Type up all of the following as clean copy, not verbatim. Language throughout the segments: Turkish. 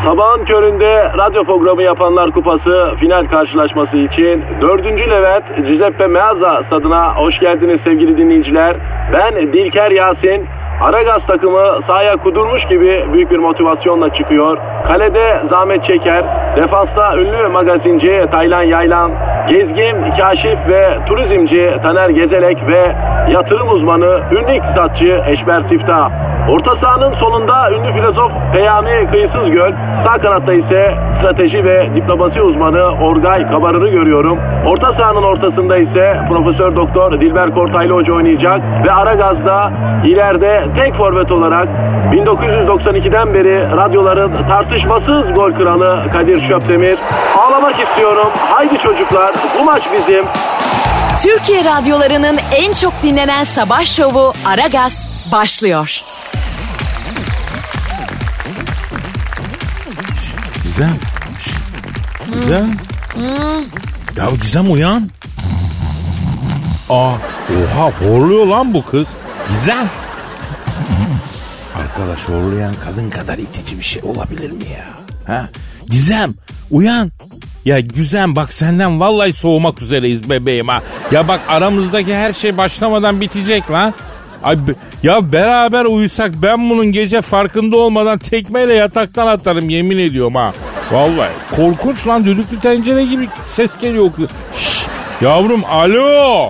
Sabahın köründe radyo programı yapanlar kupası final karşılaşması için 4. Levent Giuseppe Meazza stadına hoş geldiniz sevgili dinleyiciler. Ben Dilker Yasin. Aragaz takımı sahaya kudurmuş gibi büyük bir motivasyonla çıkıyor. Kalede Zahmet Çeker, defansta ünlü magazinci Taylan Yaylan, gezgin, kaşif ve turizmci Taner Gezelek ve yatırım uzmanı, ünlü iktisatçı Eşber Siftah. Orta sahanın solunda ünlü filozof Peyami Kıyısızgöl, sağ kanatta ise strateji ve diplomasi uzmanı Orgay Kabarır'ı görüyorum. Orta sahanın ortasında ise Profesör Doktor Dilber Kortaylı Hoca oynayacak ve Aragaz'da ileride tek forvet olarak 1992'den beri radyoların tartışmasız gol kralı Kadir Şöpdemir. Ağlamak istiyorum. Haydi çocuklar, bu maç bizim. Türkiye radyolarının en çok dinlenen sabah şovu Aragaz başlıyor. Gizem. Gizem. Ya Gizem uyan. Oha horluyor lan bu kız. Gizem. Arkadaş horlayan kadın kadar itici bir şey olabilir mi ya? Ha? Gizem uyan. Ya Gizem bak senden vallahi soğumak üzereyiz bebeğim ha. Ya bak aramızdaki her şey başlamadan bitecek lan. Ay, ya beraber uyusak ben bunun gece farkında olmadan tekmeyle yataktan atarım yemin ediyorum ha. Vallahi korkunç lan, düdüklü tencere gibi ses geliyor. Şşş yavrum alo.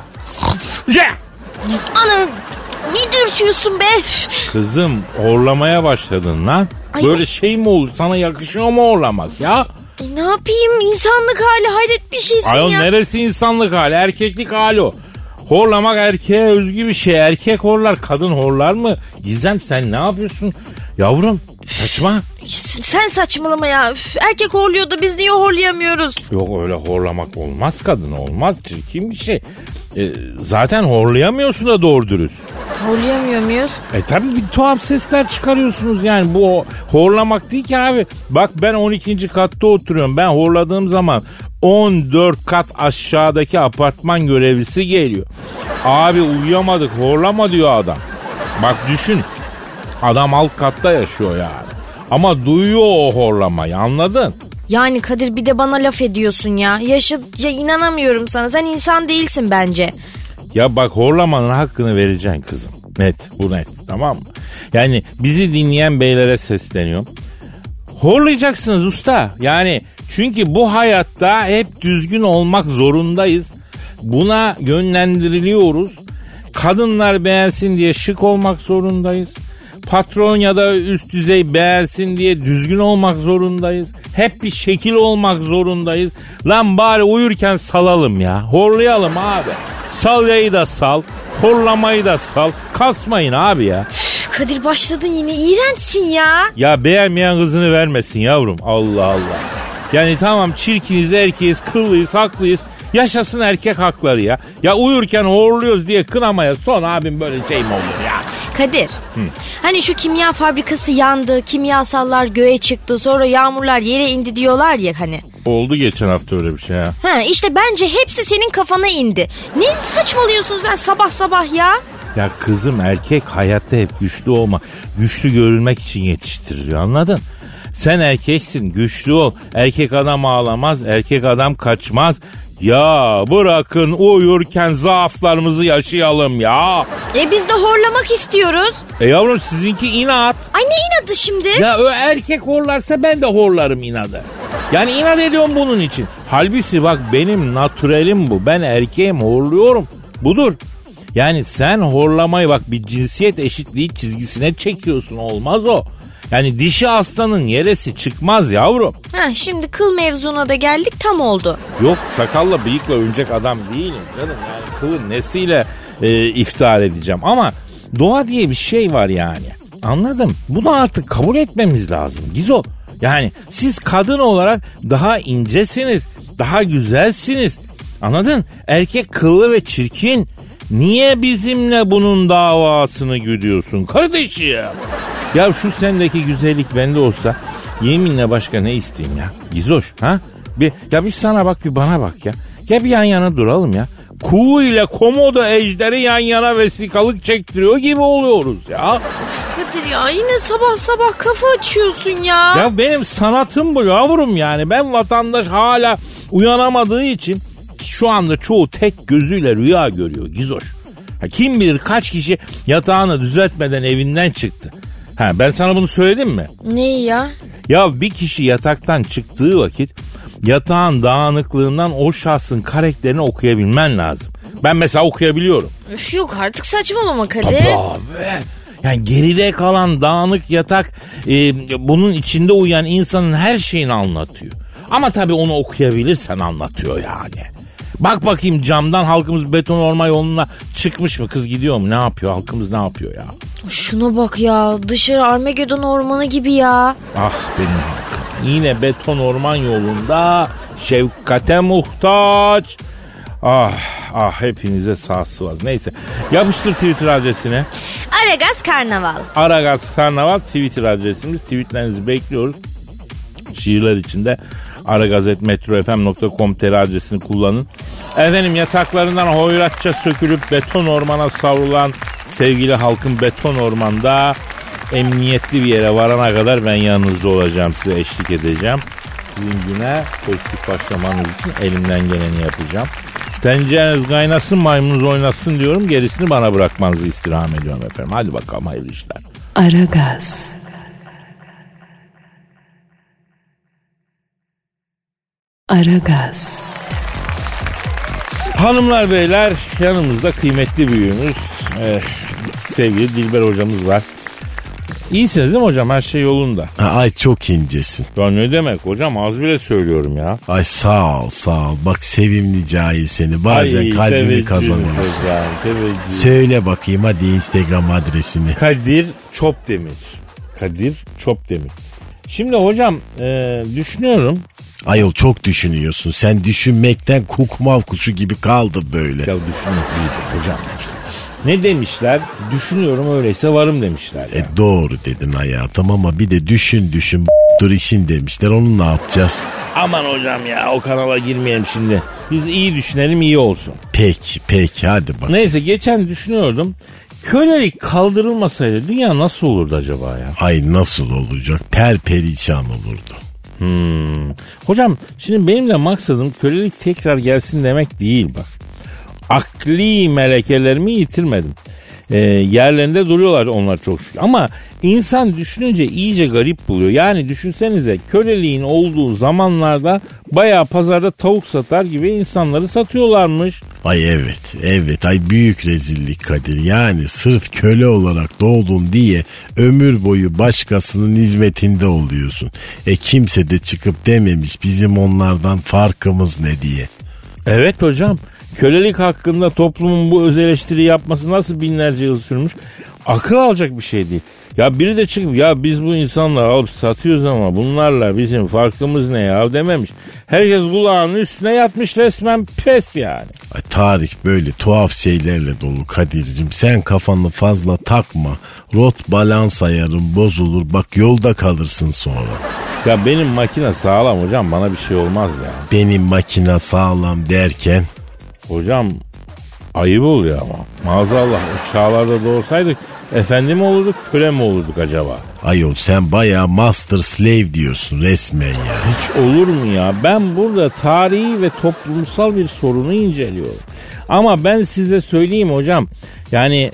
Ana ne dürtüyorsun be? Kızım horlamaya başladın lan. Ay, böyle şey mi olur, sana yakışıyor mu horlamak ya? Ne yapayım, insanlık hali, hayret bir şeysin Ayol, ya. neresi insanlık hali, erkeklik hali o. Horlamak erkeğe özgü bir şey. Erkek horlar, kadın horlar mı? Gizem sen ne yapıyorsun? Yavrum saçma. Sen saçmalama ya. Üf, erkek horluyor da biz niye horlayamıyoruz? Yok öyle horlamak olmaz, kadın olmaz, çirkin bir şey. Zaten horlayamıyorsun da doğru dürüst. Horlayamıyor muyuz? Tabii bir tuhaf sesler çıkarıyorsunuz yani. Bu horlamak değil ki abi. Bak ben 12. katta oturuyorum. Ben horladığım zaman 14 kat aşağıdaki apartman görevlisi geliyor. Abi uyuyamadık, horlama diyor adam. Bak düşün. Adam alt katta yaşıyor yani. Ama duyuyor o horlamayı, anladın? Yani Kadir bir de bana laf ediyorsun ya. Ya inanamıyorum sana. Sen insan değilsin bence. Ya bak horlamanın hakkını vereceksin kızım. Net, bu net, tamam mı? Yani bizi dinleyen beylere sesleniyorum. Horlayacaksınız usta. Yani çünkü bu hayatta hep düzgün olmak zorundayız. Buna yönlendiriliyoruz. Kadınlar beğensin diye şık olmak zorundayız. Patron ya da üst düzey beğensin diye düzgün olmak zorundayız. Hep bir şekil olmak zorundayız. Lan bari uyurken salalım ya. Horlayalım abi. Salyayı da sal. Horlamayı da sal. Kasmayın abi ya. Kadir başladın yine. İğrençsin ya. Ya beğenmeyen kızını vermesin yavrum. Allah Allah. Yani tamam çirkiniz, erkeğiz, kıllıyız, haklıyız. Yaşasın erkek hakları ya. Ya uyurken horluyoruz diye kınamaya son abim böyle şey mi olur ya? Kadir. Hani şu kimya fabrikası yandı, kimyasallar göğe çıktı, sonra yağmurlar yere indi diyorlar ya hani. Oldu geçen hafta öyle bir şey ha. İşte bence hepsi senin kafana indi. Ne saçmalıyorsun sen sabah sabah ya? Ya kızım erkek hayatta hep güçlü olma. Güçlü görülmek için yetiştiriliyor, anladın? Sen erkeksin, güçlü ol. Erkek adam ağlamaz, erkek adam kaçmaz. Ya bırakın uyurken zaaflarımızı yaşayalım ya. Biz de horlamak istiyoruz. Yavrum sizinki inat. Ay ne inadı şimdi? Ya o erkek horlarsa ben de horlarım inadı. Yani inat ediyorum bunun için. Halbuki bak benim natürelim bu. Ben erkeğim, horluyorum. Budur. Yani sen horlamayı bak bir cinsiyet eşitliği çizgisine çekiyorsun, olmaz o. Yani dişi aslanın yeresi çıkmaz yavrum. Şimdi kıl mevzuna da geldik, tam oldu. Yok sakalla bıyıkla övünecek adam değilim canım. Yani kılın nesiyle iftihar edeceğim. Ama doğa diye bir şey var yani. Anladım. Bunu artık kabul etmemiz lazım Gizo. Yani siz kadın olarak daha incesiniz. Daha güzelsiniz. Anladın? Erkek kıllı ve çirkin. Niye bizimle bunun davasını güdüyorsun kardeşim? Ya şu sendeki güzellik bende olsa yeminle başka ne isteyeyim ya? Gizoş ha? Bir sana bak, bir bana bak ya. Gel bir yan yana duralım ya. Kuğu ile komodo ejderi yan yana vesikalık çektiriyor gibi oluyoruz ya. Kadir ya yine sabah sabah kafa açıyorsun ya. Ya benim sanatım bu yavrum yani. Ben vatandaş hala uyanamadığı için şu anda çoğu tek gözüyle rüya görüyor Gizoş. Kim bilir kaç kişi yatağını düzeltmeden evinden çıktı. Ben sana bunu söyledim mi? Neyi ya? Ya bir kişi yataktan çıktığı vakit yatağın dağınıklığından o şahsın karakterini okuyabilmen lazım. Ben mesela okuyabiliyorum. Üf yok artık saçmalama Kadir. Tabii. Yani geride kalan dağınık yatak bunun içinde uyuyan insanın her şeyini anlatıyor. Ama tabii onu okuyabilirsen anlatıyor yani. Bak bakayım camdan halkımız beton orman yoluna çıkmış mı? Kız gidiyor mu? Ne yapıyor? Halkımız ne yapıyor ya? Şuna bak ya dışarı Armageddon ormanı gibi ya. Ah benim halkım. Yine beton orman yolunda şefkate muhtaç. Ah hepinize sağ sıvaz. Neyse yapıştır Twitter adresine. Aragaz Karnaval. Aragaz Karnaval Twitter adresimiz. Tweetlerinizi bekliyoruz. Şiirler içinde aragazetmetrofm.com.tr adresini kullanın. Efendim yataklarından hoyratça sökülüp beton ormana savrulan sevgili halkın beton ormanda emniyetli bir yere varana kadar ben yanınızda olacağım, size eşlik edeceğim. Sizin güne pozitif başlamanız için elimden geleni yapacağım. Tencereniz kaynasın, maymununuz oynasın diyorum. Gerisini bana bırakmanızı istirham ediyorum efendim. Hadi bakalım, hayırlı işler. Aragaz. Aragaz. Hanımlar beyler, yanımızda kıymetli büyüğümüz sevgili Dilber hocamız var. İyisiniz değil mi hocam? Her şey yolunda. Ay çok incesin. Ya ne demek hocam, az bile söylüyorum ya. Ay sağ ol. Bak sevimli cahil seni. Bazen kalbimi kazanıyorsun. Söyle bakayım hadi Instagram adresini. Kadir Çopdemir. Şimdi hocam düşünüyorum. Ayol çok düşünüyorsun. Sen düşünmekten kukmav kuşu gibi kaldın böyle. Ya düşünmek iyidir hocam. Ne demişler? Düşünüyorum öyleyse varım demişler. Yani. Doğru dedin hayatım ama bir de düşün dur işin demişler. Onu ne yapacağız? Aman hocam ya, o kanala girmeyelim şimdi. Biz iyi düşünelim, iyi olsun. Peki hadi bak. Neyse, geçen düşünüyordum. Kölelik kaldırılmasaydı dünya nasıl olurdu acaba ya? Ay nasıl olacak? Perperişan olurdu. Hocam şimdi benim de maksadım kölelik tekrar gelsin demek değil bak. Akli melekelerimi yitirmedim. Yerlerinde duruyorlar onlar çok şükür. Ama insan düşününce iyice garip buluyor. Yani düşünsenize, köleliğin olduğu zamanlarda bayağı pazarda tavuk satar gibi insanları satıyorlarmış. Ay evet ay büyük rezillik Kadir. Yani sırf köle olarak doğdun diye ömür boyu başkasının hizmetinde oluyorsun. Kimse de çıkıp dememiş bizim onlardan farkımız ne diye. Evet hocam. Kölelik hakkında toplumun bu öz eleştiri yapması nasıl binlerce yıl sürmüş? Akıl alacak bir şey değil. Ya biri de çıkıp ya biz bu insanları alıp satıyoruz ama bunlarla bizim farkımız ne ya dememiş. Herkes kulağının üstüne yatmış resmen, pes yani. Ay, tarih böyle tuhaf şeylerle dolu Kadir'cim. Sen kafanı fazla takma. Rot balans ayarın bozulur. Bak yolda kalırsın sonra. Ya benim makine sağlam hocam, bana bir şey olmaz ya. Benim makine sağlam derken... Hocam ayıp oluyor ama. Maazallah o çağlarda doğsaydık efendi mi olurduk, köle mi olurduk acaba? Ayol sen bayağı master slave diyorsun resmen ya. Hiç olur mu ya? Ben burada tarihi ve toplumsal bir sorunu inceliyorum. Ama ben size söyleyeyim hocam. Yani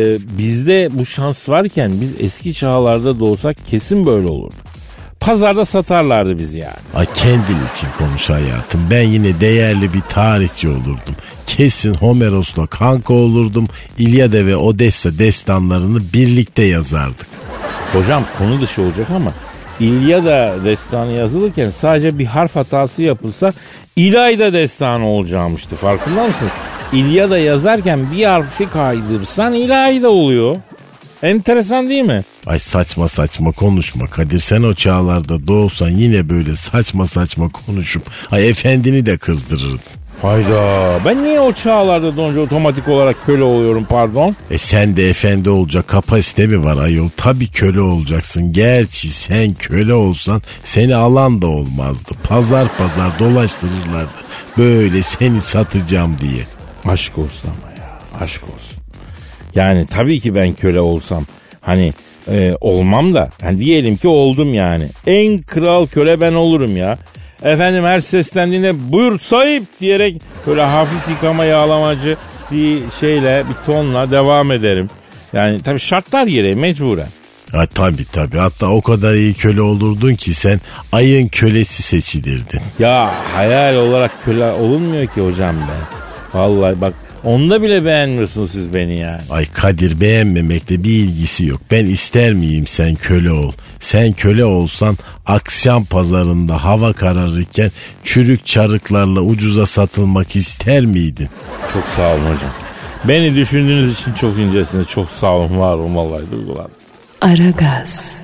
bizde bu şans varken biz eski çağlarda doğsak kesin böyle olurduk. Pazarda satarlardı bizi yani. Ay kendin için konuş hayatım. Ben yine değerli bir tarihçi olurdum. Kesin Homeros'la kanka olurdum. İlyada ve Odessa destanlarını birlikte yazardık. Hocam konu dışı olacak ama İlyada destanı yazılırken sadece bir harf hatası yapılsa İlayda destanı olacakmıştı. Farkında mısın? İlyada yazarken bir harfi kaydırsan İlayda oluyor. Enteresan değil mi? Ay saçma konuşma Kadir. Sen o çağlarda doğsan yine böyle saçma konuşup efendini de kızdırırdın. Hayda, ben niye o çağlarda doğunca otomatik olarak köle oluyorum pardon? Sen de efendi olacak kapasite mi var ayol? Tabii köle olacaksın. Gerçi sen köle olsan seni alan da olmazdı. Pazar dolaştırırlardı. Böyle seni satacağım diye. Aşk olsun ama ya, aşk olsun. Yani tabii ki ben köle olsam hani olmam da. Yani diyelim ki oldum yani. En kral köle ben olurum ya. Efendim her seslendiğinde buyur sahip diyerek böyle hafif yıkama yağlamacı bir şeyle, bir tonla devam ederim. Yani tabii şartlar gereği mecburen. Ha, tabii. Hatta o kadar iyi köle olurdun ki sen ayın kölesi seçilirdin. Ya hayal olarak köle olunmuyor ki hocam ben. Vallahi bak onda bile beğenmiyorsunuz siz beni yani. Ay Kadir, beğenmemekle bir ilgisi yok. Ben ister miyim sen köle ol? Sen köle olsan akşam pazarında hava kararırken çürük çarıklarla ucuza satılmak ister miydin? Çok sağ olun hocam. Beni düşündüğünüz için çok incesiniz. Çok sağ olun, var olun vallahi, duygular. Aragaz.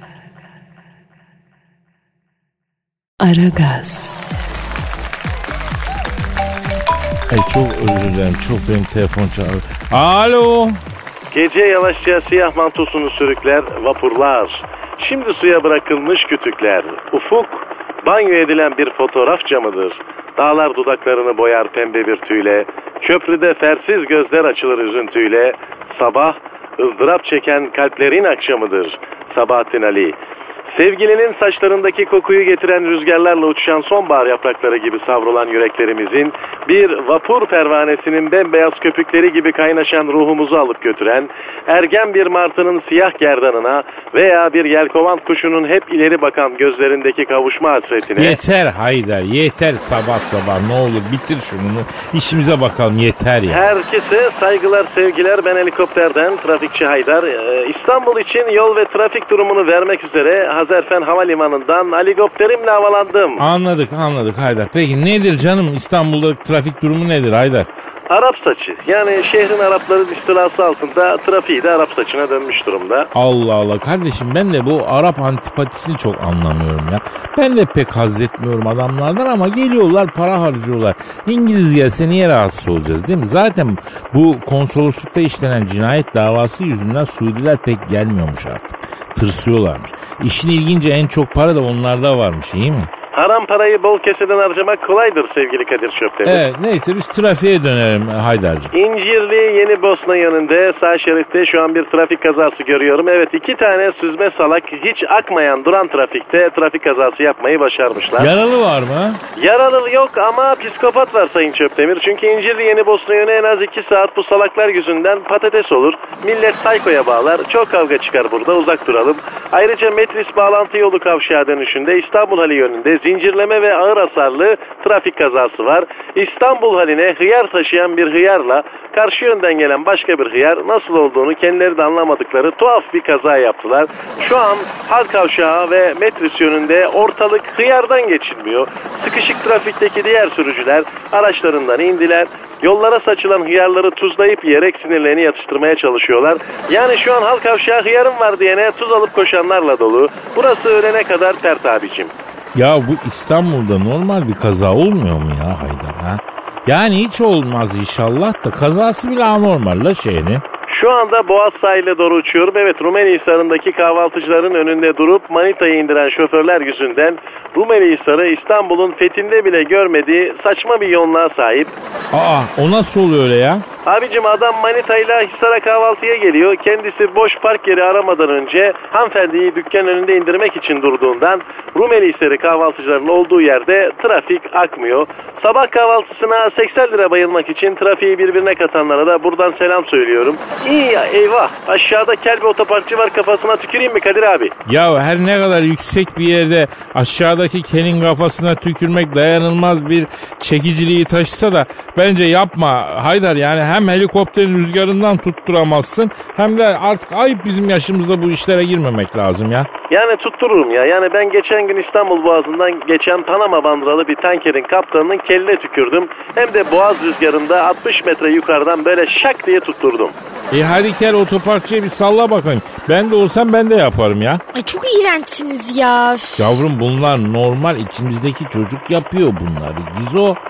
Ay çok özür dilerim. Çok benim telefon çalıyor. Alo. Gece yavaşça siyah mantosunu sürükler vapurlar. Şimdi suya bırakılmış kütükler. Ufuk banyo edilen bir fotoğraf camıdır. Dağlar dudaklarını boyar pembe bir tüyle. Köprüde fersiz gözler açılır üzüntüyle. Sabah ızdırap çeken kalplerin akşamıdır. Sabahattin Ali. Sevgilinin saçlarındaki kokuyu getiren rüzgarlarla uçuşan sonbahar yaprakları gibi savrulan yüreklerimizin, bir vapur pervanesinin bembeyaz köpükleri gibi kaynaşan ruhumuzu alıp götüren, ergen bir martının siyah gerdanına veya bir yelkovan kuşunun hep ileri bakan gözlerindeki kavuşma hasretine... Yeter Haydar, yeter sabah sabah, ne olur bitir şunu, işimize bakalım, yeter ya. Herkese saygılar, sevgiler, ben helikopterden trafikçi Haydar. İstanbul için yol ve trafik durumunu vermek üzere Hazerfen Havalimanı'ndan helikopterimle havalandım. Anladık Haydar. Peki nedir canım, İstanbul'da trafik durumu nedir Haydar? Arap saçı. Yani şehrin Arapların istilası altında trafiği de Arap saçına dönmüş durumda. Allah Allah kardeşim, ben de bu Arap antipatisini çok anlamıyorum ya. Ben de pek haz etmiyorum adamlardan ama geliyorlar, para harcıyorlar. İngiliz gelse niye rahatsız olacağız değil mi? Zaten bu konsoloslukta işlenen cinayet davası yüzünden Suudiler pek gelmiyormuş artık. Tırsıyorlarmış. İşin ilginci en çok para da onlarda varmış, iyi mi? Haram parayı bol keseden harcamak kolaydır sevgili Kadir Çöptemir. Evet, neyse biz trafiğe dönelim Haydar'cığım. İncirli Yeni Bosna yönünde sağ şeritte şu an bir trafik kazası görüyorum. Evet, 2 tane süzme salak hiç akmayan duran trafikte trafik kazası yapmayı başarmışlar. Yaralı var mı? Yaralı yok ama psikopat var Sayın Çöptemir. Çünkü İncirli Yeni Bosna yönü en az 2 saat bu salaklar yüzünden patates olur. Millet saykoya bağlar. Çok kavga çıkar burada, uzak duralım. Ayrıca Metris bağlantı yolu kavşağı dönüşünde İstanbul Hali yönünde zincirleme ve ağır hasarlı trafik kazası var. İstanbul haline hıyar taşıyan bir hıyarla karşı yönden gelen başka bir hıyar nasıl olduğunu kendileri de anlamadıkları tuhaf bir kaza yaptılar. Şu an Hal kavşağı ve Metris yönünde ortalık hıyardan geçilmiyor. Sıkışık trafikteki diğer sürücüler araçlarından indiler. Yollara saçılan hıyarları tuzlayıp yiyerek sinirlerini yatıştırmaya çalışıyorlar. Yani şu an Hal kavşağı hıyarım var diyene tuz alıp koşanlarla dolu. Burası öğlene kadar tert abicim. Ya bu İstanbul'da normal bir kaza olmuyor mu ya Haydar ha? Yani hiç olmaz inşallah da kazası bile anormal la şeyini. Şu anda Boğaz sahile doğru uçuyorum. Evet, Rumeli Hisarı'ndaki kahvaltıcıların önünde durup manitayı indiren şoförler yüzünden Rumeli Hisarı İstanbul'un fethinde bile görmediği saçma bir yoğunluğa sahip. Aa, o nasıl oluyor öyle ya? Abicim, adam manitayla Hisar'a kahvaltıya geliyor. Kendisi boş park yeri aramadan önce hanımefendiyi dükkan önünde indirmek için durduğundan Rumeli Hisarı kahvaltıcıların olduğu yerde trafik akmıyor. Sabah kahvaltısına 80 lira bayılmak için trafiği birbirine katanlara da buradan selam söylüyorum. İyi ya, eyvah, aşağıda kel bir otoparkçı var, kafasına tüküreyim mi Kadir abi? Ya her ne kadar yüksek bir yerde aşağıdaki kelin kafasına tükürmek dayanılmaz bir çekiciliği taşısa da bence yapma Haydar. Yani hem helikopterin rüzgarından tutturamazsın hem de artık ayıp bizim yaşımızda bu işlere girmemek lazım ya. Yani tuttururum ya. Yani ben geçen gün İstanbul Boğazı'ndan geçen Panama bandıralı bir tankerin kaptanının keline tükürdüm. Hem de Boğaz rüzgarında 60 metre yukarıdan böyle şak diye tutturdum. Hadi gel otoparkçıya bir salla bakayım. Ben de olsam ben de yaparım ya. Ay çok iğrençsiniz ya. Yavrum bunlar normal, içimizdeki çocuk yapıyor bunları. Gizo.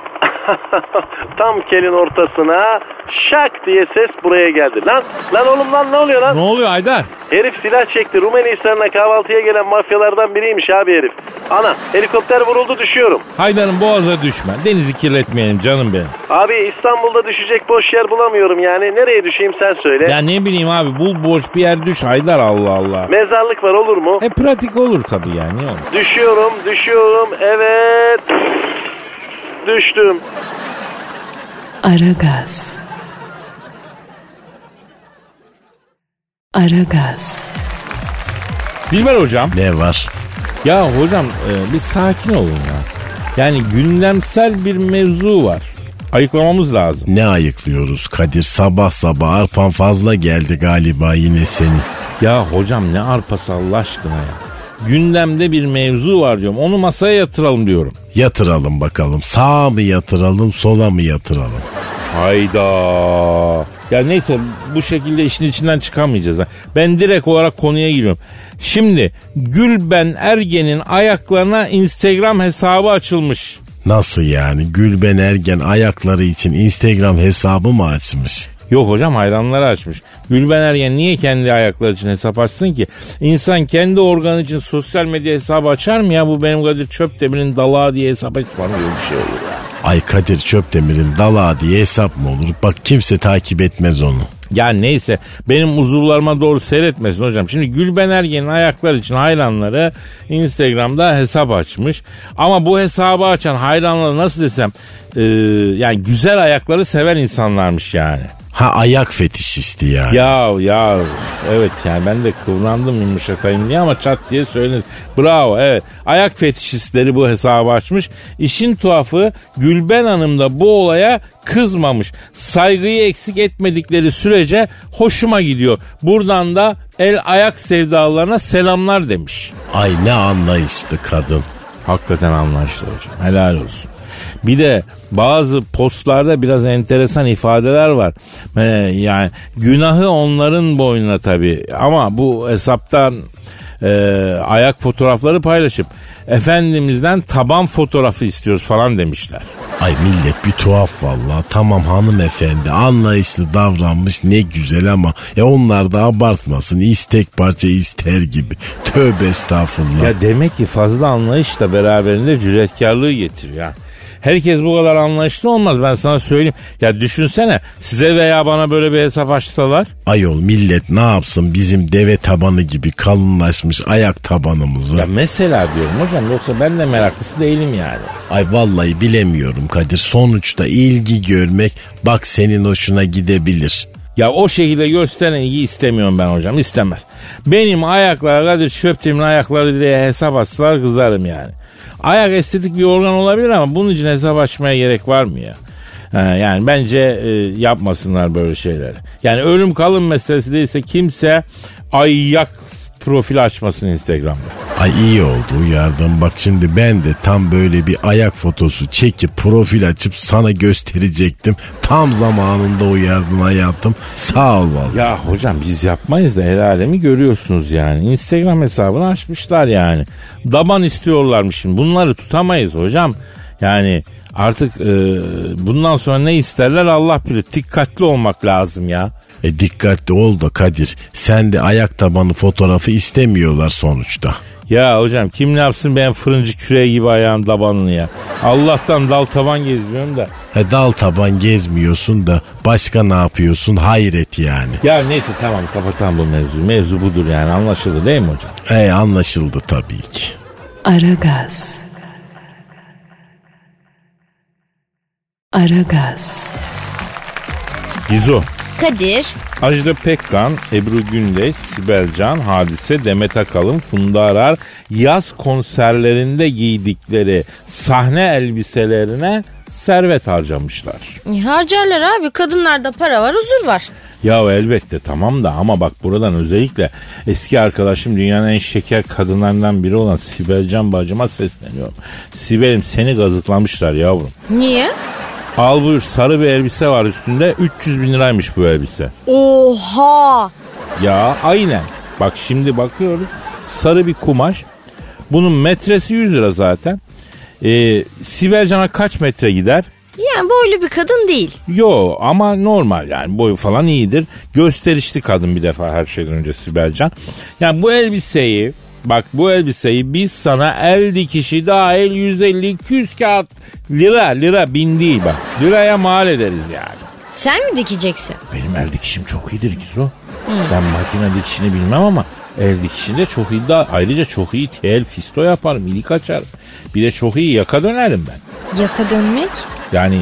Tam kelin ortasına şak diye ses buraya geldi. Lan oğlum lan ne oluyor lan? Ne oluyor Haydar? Herif silah çekti. Rumeli Hisarı'na kahvaltıya gelen mafyalardan biriymiş abi herif. Ana helikopter vuruldu düşüyorum. Haydar'ın boğaza düşme. Denizi kirletmeyelim canım benim. Abi İstanbul'da düşecek boş yer bulamıyorum yani. Nereye düşeyim sen söyle. Ya ne bileyim abi bul boş bir yer düş Haydar Allah Allah. Mezarlık var olur mu? Pratik olur tabii yani. Düşüyorum. Evet. Düştüm. Aragaz. Dilber hocam. Ne var? Ya hocam bir sakin olun ya. Yani gündemsel bir mevzu var. Ayıklamamız lazım. Ne ayıklıyoruz Kadir? Sabah sabah arpan fazla geldi galiba yine senin. Ya hocam ne arpası Allah aşkına ya. Gündemde bir mevzu var diyorum. Onu masaya yatıralım diyorum. Yatıralım bakalım. Sağa mı yatıralım, sola mı yatıralım? Hayda. Ya neyse bu şekilde işin içinden çıkamayacağız. Ben direkt olarak konuya giriyorum. Şimdi Gülben Ergen'in ayaklarına Instagram hesabı açılmış. Nasıl yani? Gülben Ergen ayakları için Instagram hesabı mı açmış? Yok hocam hayranları açmış. Gülben Ergen niye kendi ayakları için hesap açsın ki? İnsan kendi organı için sosyal medya hesabı açar mı ya? Bu benim Kadir Çöpdemir'in dalağı diye hesap açmam gibi bir şey olur ya. Ay Kadir Çöpdemir'in dalağı diye hesap mı olur? Bak kimse takip etmez onu. Ya neyse benim uzuvlarıma doğru seyretmesin hocam. Şimdi Gülben Ergen'in ayakları için hayranları Instagram'da hesap açmış. Ama bu hesabı açan hayranları nasıl desem yani güzel ayakları seven insanlarmış yani. Ha ayak fetişisti yani. Ya evet yani ben de kıvrandım yumuşatayım diye ama çat diye söylenir. Bravo evet. Ayak fetişistleri bu hesabı açmış. İşin tuhafı Gülben Hanım da bu olaya kızmamış. Saygıyı eksik etmedikleri sürece hoşuma gidiyor. Buradan da el ayak sevdalarına selamlar demiş. Ay ne anlayışlı kadın. Hakikaten anlayışlı hocam. Helal olsun. Bir de bazı postlarda biraz enteresan ifadeler var. Yani günahı onların boynuna tabii. Ama bu hesaptan ayak fotoğrafları paylaşıp Efendimiz'den taban fotoğrafı istiyoruz falan demişler. Ay millet bir tuhaf vallahi. Tamam hanımefendi anlayışlı davranmış ne güzel ama onlar da abartmasın. İstek parça ister gibi. Tövbe estağfurullah. Ya demek ki fazla anlayış da beraberinde cüretkarlığı getiriyor ya. Herkes bu kadar anlayışlı olmaz ben sana söyleyeyim. Ya düşünsene size veya bana böyle bir hesap açsalar. Ayol millet ne yapsın bizim deve tabanı gibi kalınlaşmış ayak tabanımızı. Ya mesela diyorum hocam yoksa ben de meraklısı değilim yani. Ay vallahi bilemiyorum Kadir. Sonuçta ilgi görmek bak senin hoşuna gidebilir. Ya o şekilde gösteren ilgi istemiyorum ben hocam istemez. Benim ayaklar Kadir Çöpdemir'in ayakları diye hesap açsalar kızarım yani. Ayak estetik bir organ olabilir ama bunun için hesap açmaya gerek var mı ya? Yani bence yapmasınlar böyle şeyleri. Yani ölüm kalım meselesi değilse kimse ayak profil açmasın Instagram'da. Ay iyi oldu uyardım. Bak şimdi ben de tam böyle bir ayak fotosu çekip profil açıp sana gösterecektim. Tam zamanında uyardın hayatım. Sağ ol vallahi. Ya hocam biz yapmayız da el alemi görüyorsunuz yani. Instagram hesabını açmışlar yani. Daban istiyorlarmış şimdi. Bunları tutamayız hocam. Yani artık bundan sonra ne isterler Allah bilir. Dikkatli olmak lazım ya. Dikkatli ol da Kadir. Sen de ayak tabanı fotoğrafı istemiyorlar sonuçta. Ya hocam kim ne yapsın ben fırıncı küreği gibi ayağın tabanını ya. Allah'tan dal taban geziyorum da. Dal taban gezmiyorsun da başka ne yapıyorsun hayret yani. Ya neyse tamam kapatalım bu mevzuyu. Mevzu budur yani anlaşıldı değil mi hocam? Anlaşıldı tabii ki. Aragaz. Gizo. Kadir. Ajda Pekkan, Ebru Gündeş, Sibel Can, Hadise, Demet Akalın, Funda Arar yaz konserlerinde giydikleri sahne elbiselerine servet harcamışlar. Harcarlar abi, kadınlarda para var, huzur var. Ya elbette tamam da ama bak buradan özellikle eski arkadaşım dünyanın en şeker kadınlarından biri olan Sibel Can bacıma sesleniyorum. Sibel'im seni gazıklamışlar yavrum. Niye? Al buyur sarı bir elbise var üstünde 300 bin liraymış bu elbise. Oha! Ya aynen. Bak şimdi bakıyoruz sarı bir kumaş. Bunun metresi 100 lira zaten. Sibel Can'a kaç metre gider? Yani boylu bir kadın değil. Yo ama normal yani boyu falan iyidir. Gösterişli kadın bir defa her şeyden önce Sibelcan. Yani bu elbiseyi biz sana el dikişi dahil 150-200 kağıt lira bin değil bak. Liraya mal ederiz yani. Sen mi dikeceksin? Benim el dikişim çok iyidir Gizo. Ben makine dikişini bilmem ama el dikişinde çok iyi. Ayrıca çok iyi tel fisto yaparım, ilik açarım. Bir de çok iyi yaka dönerim ben. Yaka dönmek? Yani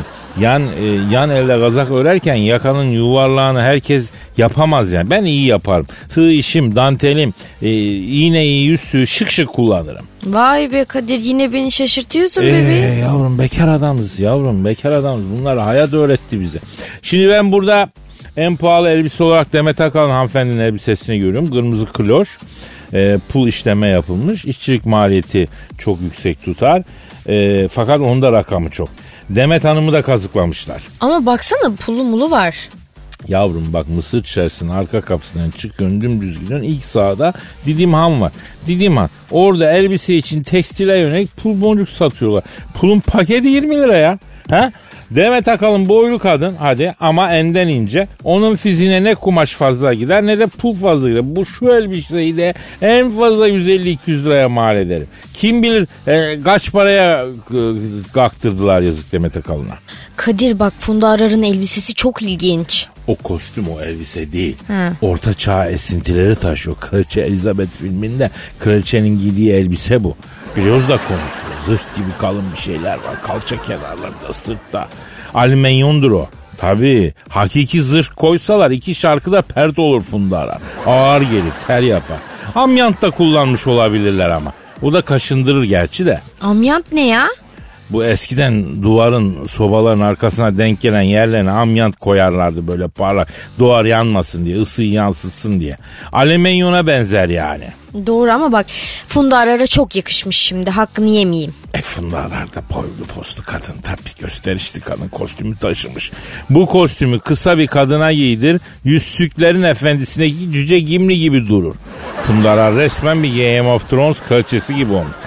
yan elle kazak örerken yakanın yuvarlağını herkes yapamaz yani. Ben iyi yaparım. Tığ işim, dantelim, iğneyi, yüzüğü şık kullanırım. Vay be Kadir, yine beni şaşırtıyorsun bebeğim. Yavrum bekar adamız. Bunlar hayat öğretti bize. Şimdi ben burada en pahalı elbise olarak Demet Akalın hanımefendinin elbisesini görüyorum. Kırmızı kloş. Pul işleme yapılmış. İşçilik maliyeti çok yüksek tutar. Fakat onun da rakamı çok. Demet Hanım'ı da kazıklamışlar. Ama baksana pulu mulu var. Yavrum bak Mısır çarşısının arka kapısından çıkıyorsun dümdüz gidiyorsun. İlk sağda Didim Han var. Didim Han. Orada elbise için tekstile yönelik pul boncuk satıyorlar. Pulun paketi 20 lira ya. Ha? Demet Akalın boylu kadın hadi ama enden ince. Onun fiziğine ne kumaş fazla gider ne de pul fazla gider. Bu şu elbiseyi de en fazla 150-200 liraya mal ederim. Kim bilir kaç paraya kaktırdılar yazık Demet Akalın'a. Kadir bak Funda Arar'ın elbisesi çok ilginç. O kostüm o elbise değil. He. Orta çağ esintileri taşıyor. Kraliçe Elizabeth filminde kraliçenin giydiği elbise bu. Biliyoruz da konuşuyor. Zırh gibi kalın bir şeyler var. Kalça kenarlarında, sırtta. Alüminyondur o. Tabii. Hakiki zırh koysalar 2 şarkıda pert olur Funda Arar. Ağır gelir, ter yapar. Amyant da kullanmış olabilirler ama. O da kaşındırır gerçi de. Amyant ne ya? Bu eskiden duvarın, sobaların arkasına denk gelen yerlerine amyant koyarlardı böyle parlak. Duvar yanmasın diye, ısıyı yansıtsın diye. Alüminyona benzer yani. Doğru ama bak Funda Arar'a çok yakışmış şimdi, hakkını yemeyeyim. Funda Arar da boylu postlu kadın, tabii gösterişli kadın, kostümü taşımış. Bu kostümü kısa bir kadına giydir, Yüzsüklerin Efendisi'ndeki Cüce Gimli gibi durur. Funda Arar resmen bir Game of Thrones kraliçesi gibi olmuş.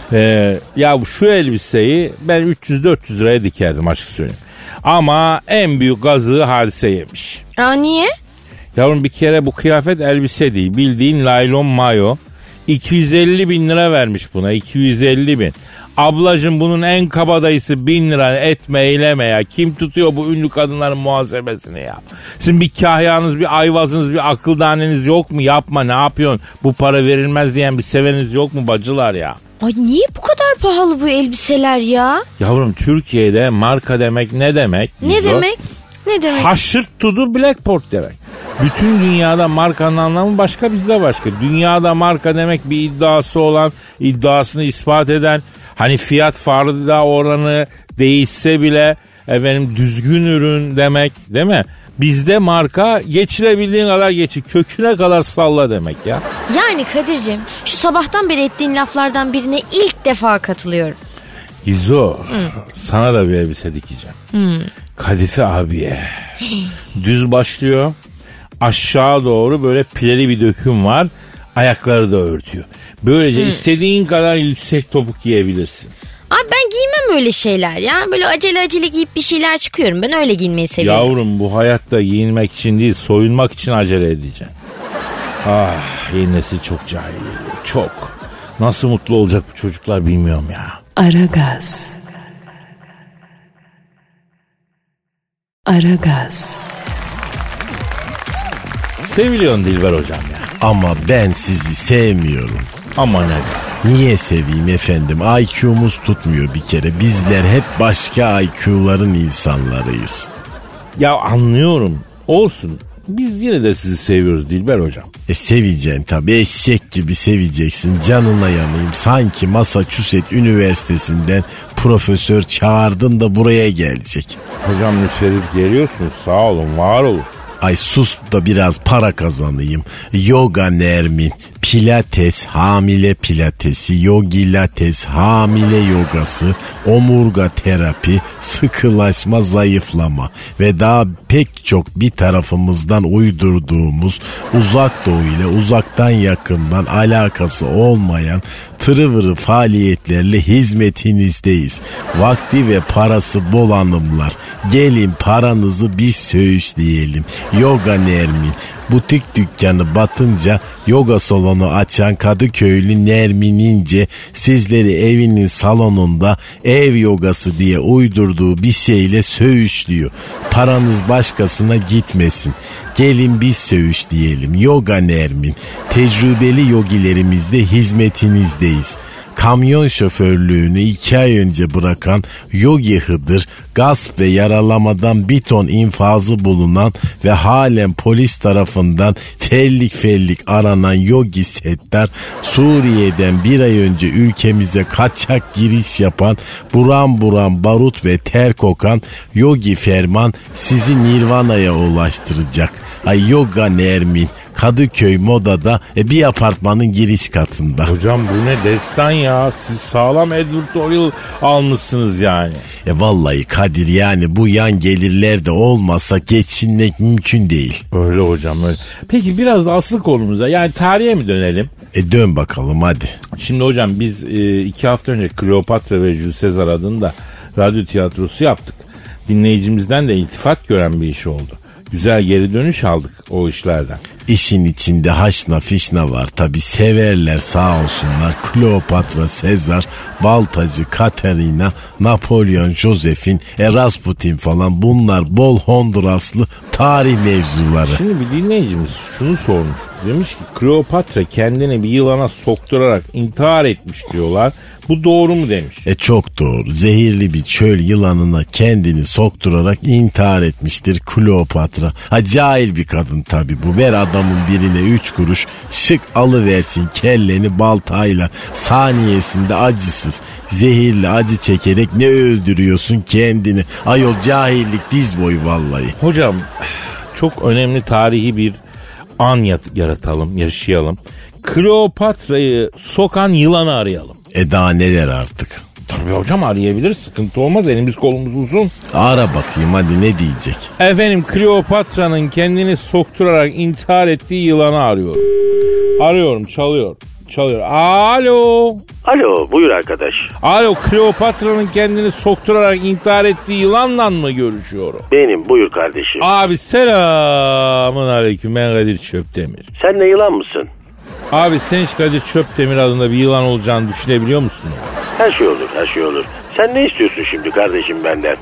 Ya şu elbiseyi ben 300-400 liraya dikerdim açık söyleyeyim. Ama en büyük gazığı Hadise yemiş. Niye? Yavrum bir kere bu kıyafet elbise değil, bildiğin laylon mayo. 250 bin lira vermiş buna, 250 bin. Ablacım bunun en kabadayısı 1000 lira, etme eyleme ya. Kim tutuyor bu ünlü kadınların muhasebesini ya? Sizin bir kahyanız, bir ayvazınız, bir akıl daneniz yok mu? Yapma, ne yapıyorsun? Bu para verilmez diyen bir seveniniz yok mu bacılar ya? Ay niye bu kadar pahalı bu elbiseler ya? Yavrum Türkiye'de marka demek ne demek? Ne demek? Ne demek? Haşırt to the Blackport demek. Bütün dünyada markanın anlamı başka, bizde başka. Dünyada marka demek bir iddiası olan, iddiasını ispat eden, hani fiyat farda oranı değişse bile efendim düzgün ürün demek, değil mi? Bizde marka geçirebildiğin kadar geçir, köküne kadar salla demek ya. Yani Kadir'cim şu sabahtan beri ettiğin laflardan birine ilk defa katılıyorum. Gizo, sana da bir elbise dikeceğim. Kadife abiye. Düz başlıyor. Aşağı doğru böyle pileli bir döküm var. Ayakları da örtüyor. Böylece istediğin kadar yüksek topuk giyebilirsin. Abi ben giymem öyle şeyler ya. Böyle acele giyip bir şeyler çıkıyorum. Ben öyle giyinmeyi seviyorum. Yavrum bu hayatta giyinmek için değil, soyunmak için acele edeceksin. Yeni nesil çok cahil. Çok. Nasıl mutlu olacak bu çocuklar bilmiyorum ya. Aragaz. Seviliyorsun Dilber hocam ya. Ama ben sizi sevmiyorum. Ama ne? Niye seveyim efendim? IQ'muz tutmuyor bir kere. Bizler hep başka IQ'ların insanlarıyız. Ya anlıyorum. Olsun. Biz yine de sizi seviyoruz Dilber hocam. Seveceksin tabii, eşek gibi seveceksin, canına yanayım. Sanki Massachusetts Üniversitesi'nden profesör çağırdın da buraya gelecek. Hocam lütfedip geliyorsunuz, sağ olun, var olun. Ay sus da biraz para kazanayım. Yoga Nermin, pilates, hamile pilatesi, yogi lates, hamile yogası, omurga terapi, sıkılaşma, zayıflama ve daha pek çok bir tarafımızdan uydurduğumuz uzak doğu ile uzaktan yakından alakası olmayan tırıvırı faaliyetlerle hizmetinizdeyiz. Vakti ve parası bol hanımlar, gelin paranızı biz söğüşleyelim. Yoga Nermin, butik dükkanı batınca yoga salonu açan Kadıköylü Nermin İnce sizleri evinin salonunda ev yogası diye uydurduğu bir şeyle söğüşlüyor. Paranız başkasına gitmesin. Gelin biz söğüşleyelim. Yoga Nermin, tecrübeli yogilerimizle hizmetinizdeyiz. Kamyon şoförlüğünü 2 ay önce bırakan Yogi Hıdır, gasp ve yaralamadan bir ton infazı bulunan ve halen polis tarafından fellik aranan Yogi Settar, Suriye'den bir ay önce ülkemize kaçak giriş yapan, buram barut ve ter kokan Yogi Ferman sizi Nirvana'ya ulaştıracak. Ay Yoga Nermin, Kadıköy Moda'da bir apartmanın giriş katında. Hocam bu ne destan ya? Siz sağlam editorial almışsınız yani. Vallahi Kadir, yani bu yan gelirler de olmasa geçinmek mümkün değil. Öyle hocam öyle. Peki biraz da asıl konumuza, yani tarihe mi dönelim? Dön bakalım hadi. Şimdi hocam biz 2 hafta önce Kleopatra ve Jules Caesar adında radyo tiyatrosu yaptık. Dinleyicimizden de iltifat gören bir iş oldu. Güzel geri dönüş aldık o işlerden. İşin içinde haşna fişna var tabi, severler sağ olsunlar. Kleopatra, Sezar, Baltacı, Katerina, Napolyon, Josephine, Rasputin falan, bunlar bol Honduraslı tarih mevzuları. Şimdi bir dinleyicimiz şunu sormuş. Demiş ki Kleopatra kendini bir yılana sokturarak intihar etmiş diyorlar. Bu doğru mu demiş. Çok doğru. Zehirli bir çöl yılanına kendini sokturarak intihar etmiştir Kleopatra. Cahil bir kadın tabi bu. Ver adamın birine 3 kuruş, şık alıversin kelleni baltayla. Saniyesinde acısız, zehirli acı çekerek ne öldürüyorsun kendini. Ayol, cahillik diz boyu vallahi. Hocam çok önemli tarihi bir an yaratalım, yaşayalım. Kleopatra'yı sokan yılanı arayalım. Daha neler artık. Tabii hocam, arayabilir, sıkıntı olmaz, elimiz kolumuz uzun. Ara bakayım hadi, ne diyecek? Efendim, Kleopatra'nın kendini sokturarak intihar ettiği yılanı arıyor. Arıyorum, çalıyor. Alo. Alo, buyur arkadaş. Alo, Kleopatra'nın kendini sokturarak intihar ettiği yılanla mı görüşüyorum? Benim, buyur kardeşim. Abi selamın aleyküm, ben Kadir Çöptemir. Sen ne yılan mısın? Abi sen hiç Kadir Çöptemir adında bir yılan olacağını düşünebiliyor musun ya? Her şey olur. Sen ne istiyorsun şimdi kardeşim benden?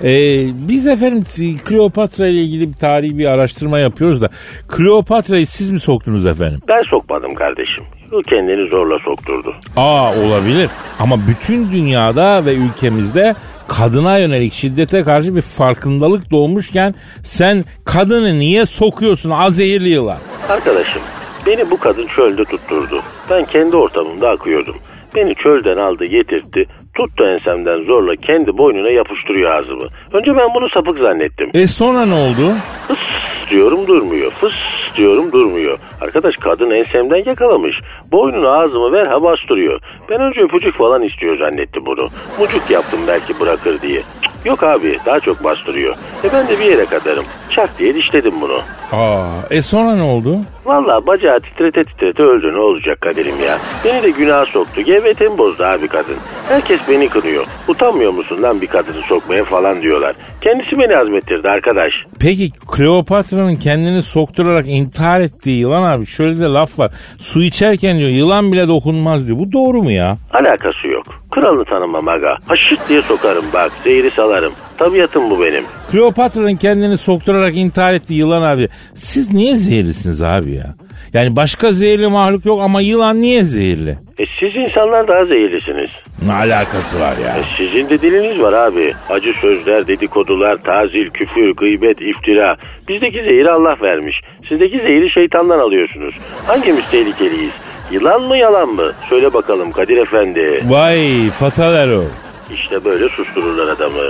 Biz efendim Kleopatra ile ilgili bir tarihi bir araştırma yapıyoruz da Kleopatra'yı siz mi soktunuz efendim? Ben sokmadım kardeşim. O kendini zorla sokturdu. Olabilir ama bütün dünyada ve ülkemizde kadına yönelik şiddete karşı bir farkındalık doğmuşken sen kadını niye sokuyorsun azehirli yılan? Arkadaşım, beni bu kadın çölde tutturdu. Ben kendi ortamımda akıyordum. Beni çölden aldı getirtti. Tuttu ensemden zorla kendi boynuna yapıştırıyor ağzımı. Önce ben bunu sapık zannettim. Sonra ne oldu? Fıs diyorum durmuyor. Fıs diyorum durmuyor. Arkadaş, kadın ensemden yakalamış. Boynunu ağzımı ver ha bastırıyor. Ben önce öpücük falan istiyor zannettim bunu. Mucuk yaptım belki bırakır diye. Yok abi, daha çok bastırıyor. Ben de bir yere kadarım. Çak diye dişledim bunu. Sonra ne oldu? Vallahi bacağı titrete öldü, ne olacak Kadir'im ya. Beni de günaha soktu. GBT'mi bozdu abi kadın. Herkes beni kınıyor. Utanmıyor musun lan bir kadını sokmaya falan diyorlar. Kendisi beni azmettirdi arkadaş. Peki Kleopatra'nın kendini sokturarak intihar ettiği yılan, abi şöyle de laf var. Su içerken diyor yılan bile dokunmaz diyor. Bu doğru mu ya? Alakası yok. Kralını tanımam aga. Haşıt diye sokarım bak. Zehri salarım. Tabiatım bu benim. Kleopatra'nın kendini sokturarak intihar ettiği yılan abi. Siz niye zehirlisiniz abi ya? Yani başka zehirli mahluk yok ama yılan niye zehirli? Siz insanlar daha zehirlisiniz. Ne alakası var ya? Sizin de diliniz var abi. Acı sözler, dedikodular, tazil, küfür, gıybet, iftira. Bizdeki zehri Allah vermiş. Sizdeki zehri şeytandan alıyorsunuz. Hangimiz tehlikeliyiz? Yılan mı yalan mı? Söyle bakalım Kadir Efendi. Vay fatal error. İşte böyle sustururlar adamı.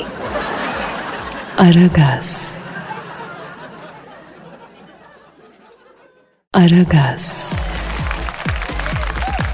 Aragaz.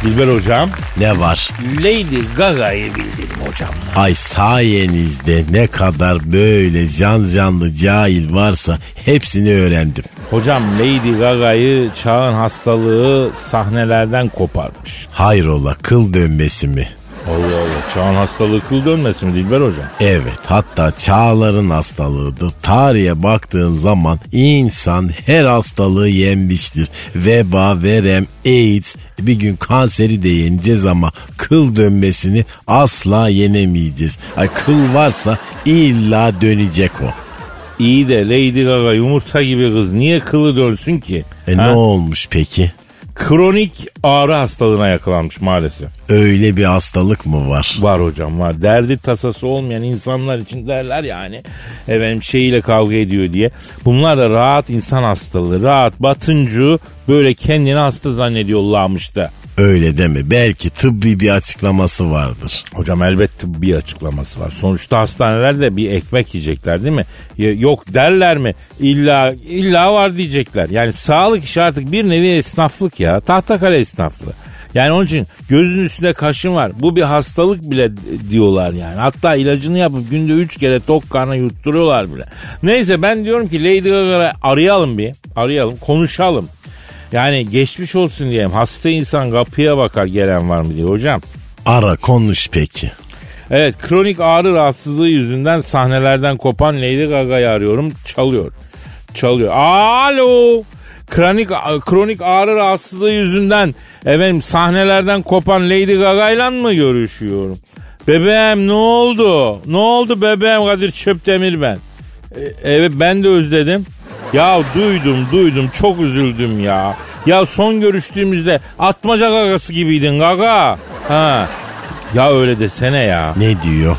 Dilber hocam. Ne var? Lady Gaga'yı bildim hocam. Ay sayenizde ne kadar böyle canlı cahil varsa hepsini öğrendim. Hocam Lady Gaga'yı çağın hastalığı sahnelerden koparmış. Hayrola, kıl dönmesi mi? Allah Allah, çağın hastalığı kıl dönmesi mi Dilber hocam? Evet, hatta çağların hastalığıdır. Tarihe baktığın zaman insan her hastalığı yenmiştir. Veba, verem, AIDS, bir gün kanseri de yeneceğiz ama kıl dönmesini asla yenemeyeceğiz. Ay kıl varsa illa dönecek o. İyi de Lady Gaga yumurta gibi kız niye kılı dönsün ki? Ne olmuş peki? Kronik ağrı hastalığına yakalanmış maalesef. Öyle bir hastalık mı var? Var hocam, var. Derdi tasası olmayan insanlar için derler yani. Efendim şeyiyle kavga ediyor diye. Bunlar da rahat insan hastalığı. Rahat batıncu böyle kendini hasta zannediyorlarmış da. Öyle deme. Belki tıbbi bir açıklaması vardır. Hocam elbette bir açıklaması var. Sonuçta hastanelerde bir ekmek yiyecekler değil mi? Yok derler mi? İlla var diyecekler. Yani sağlık işi artık bir nevi esnaflık ya. Tahtakale esnaflığı. Yani onun için gözün üstünde kaşın var. Bu bir hastalık bile diyorlar yani. Hatta ilacını yapıp günde 3 kere tok karnına yutturuyorlar bile. Neyse ben diyorum ki Lady Gaga'yı arayalım, konuşalım. Yani geçmiş olsun diyeyim. Hasta insan kapıya bakar gelen var mı diye hocam. Ara konuş peki. Evet, kronik ağrı rahatsızlığı yüzünden sahnelerden kopan Lady Gaga'yı arıyorum. Çalıyor. Alo. Kronik ağrı rahatsızlığı yüzünden efendim sahnelerden kopan Lady Gaga'yla mı görüşüyorum? Bebeğim ne oldu? Ne oldu bebeğim? Kadir Çöptemir ben. Evet ben de özledim. Ya duydum çok üzüldüm ya. Ya son görüştüğümüzde atmaca gagası gibiydin gaga. Ha. Ya öyle desene ya. Ne diyor?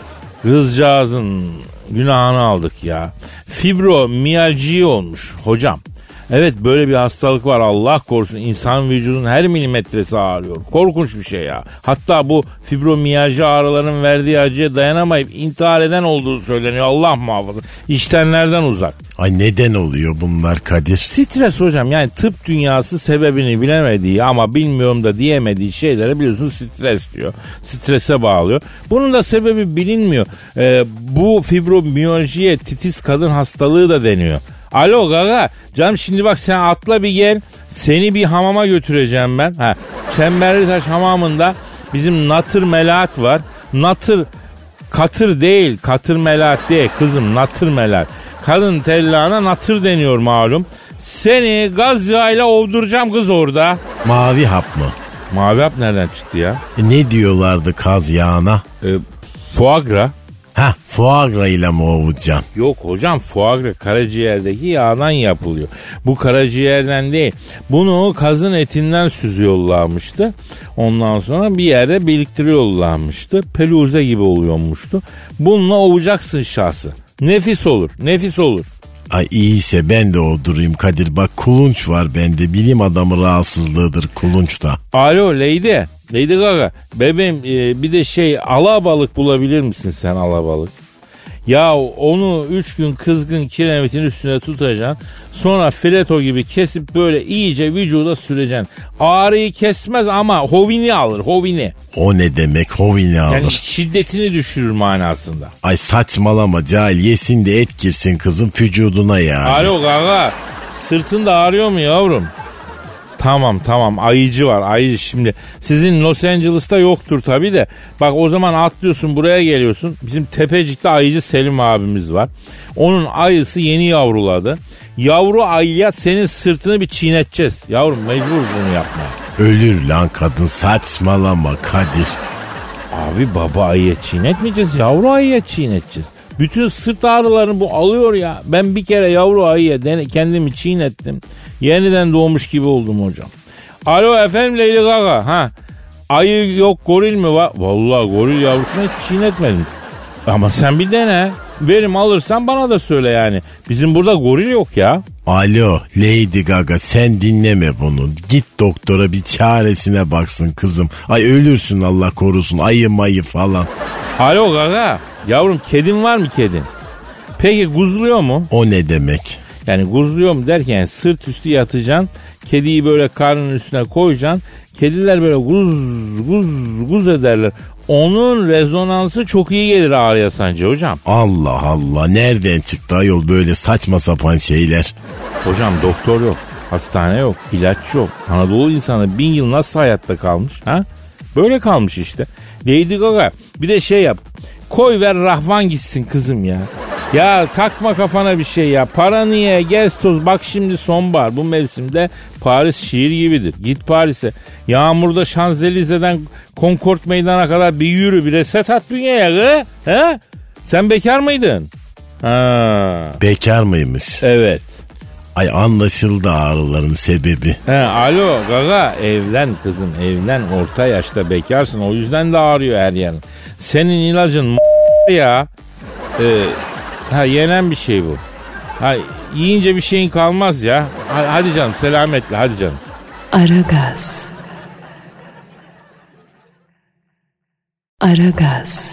Kızcağızın günahını aldık ya. Fibromiyalji olmuş hocam. Evet böyle bir hastalık var, Allah korusun. İnsan vücudunun her milimetresi ağrıyor. Korkunç bir şey ya. Hatta bu fibromiyalji ağrıların verdiği acıya dayanamayıp intihar eden olduğu söyleniyor. Allah muhafaza. İştenlerden uzak. Ay neden oluyor bunlar Kadir? Stres hocam, yani tıp dünyası sebebini bilemediği ama bilmiyorum da diyemediği şeylere biliyorsunuz stres diyor. Strese bağlıyor. Bunun da sebebi bilinmiyor. Bu fibromiyaljiye titiz kadın hastalığı da deniyor. Alo Gaga canım, şimdi bak sen atla bir gel, seni bir hamama götüreceğim ben. Çemberlitaş hamamında bizim Natır Melahat var. Katır değil, Katır Melahat değil kızım, Natır Melahat. Kadın tellağına natır deniyor malum. Seni gaz yağıyla ovduracağım kız orada. Mavi hap mı? Mavi hap nereden çıktı ya? Ne diyorlardı kaz yağına? Foie gras. Foie gras ile mi ovacaksın? Yok hocam, foie gras karaciğerdeki yağdan yapılıyor. Bu karaciğerden değil. Bunu kazın etinden süzüyorlarmıştı. Ondan sonra bir yerde biriktiriyorlarmıştı. Peluze gibi oluyormuştu. Bununla ovacaksın şahsı. Nefis olur. Ay iyiyse ben de oldurayım Kadir. Bak kulunç var bende. Bilim adamı rahatsızlığıdır kulunç da. Alo Lady Gaga. Bebeğim bir de alabalık bulabilir misin sen, alabalık? Ya onu 3 gün kızgın kiremitin üstüne tutacaksın. Sonra fileto gibi kesip böyle iyice vücuda süreceksin. Ağrıyı kesmez ama hovini alır, hovini. O ne demek hovini alır? Yani şiddetini düşürür manasında. Ay saçmalama cahil, yesin de et girsin kızım vücuduna yani. Alo Gaga, sırtında ağrıyor mu yavrum? Tamam ayıcı var, ayıcı. Şimdi sizin Los Angeles'ta yoktur tabii de. Bak o zaman atlıyorsun buraya geliyorsun. Bizim Tepecik'te ayıcı Selim abimiz var. Onun ayısı yeni yavruladı. Yavru ayıya senin sırtını bir çiğneteceğiz. Yavrum mecburuz bunu yapmaya. Ölür lan kadın, saçmalama Kadir. Abi baba ayıya çiğnetmeyeceğiz, yavru ayıya çiğneteceğiz. Bütün sırt ağrılarını bu alıyor ya. Ben bir kere yavru ayıya kendimi çiğnettim. Yeniden doğmuş gibi oldum hocam. Alo efendim Lady Gaga. Ayı yok, goril mi var? Vallahi goril yavrusunu hiç çiğnetmedim. Ama sen bir dene. Verim alırsan bana da söyle yani. Bizim burada goril yok ya. Alo Lady Gaga, sen dinleme bunu. Git doktora bir çaresine baksın kızım. Ay ölürsün Allah korusun, ayı mayı falan. Alo Gaga. Yavrum kedin var mı kedin? Peki guzluyor mu? O ne demek? Yani guzluyor mu derken sırt üstü yatacaksın. Kediyi böyle karnının üstüne koyacaksın. Kediler böyle guz ederler. Onun rezonansı çok iyi gelir ağrıya sancı hocam. Allah Allah, nereden çıktı ayol böyle saçma sapan şeyler? Hocam doktor yok, hastane yok, ilaç yok. Anadolu insanı 1000 yıl nasıl hayatta kalmış? Ha? Böyle kalmış işte. Lady Gaga bir de şey yap. Koy ver rahvan gitsin kızım ya. Ya takma kafana bir şey ya. Para niye? Gez toz. Bak şimdi sonbahar. Bu mevsimde Paris şiir gibidir. Git Paris'e. Yağmurda Şanzelize'den Concord Meydan'a kadar bir yürü. Bir reset at dünyaya. He? Sen bekar mıydın? Ha. Bekar mıymış? Evet. Ay anlaşıldı ağrıların sebebi. Alo Gaga, evlen kızım evlen, orta yaşta bekarsın, o yüzden de ağrıyor her yerin. Senin ilacın ya. Yenen bir şey bu. Yiyince bir şeyin kalmaz ya. Hadi canım selametle, hadi canım. Aragaz. Aragaz.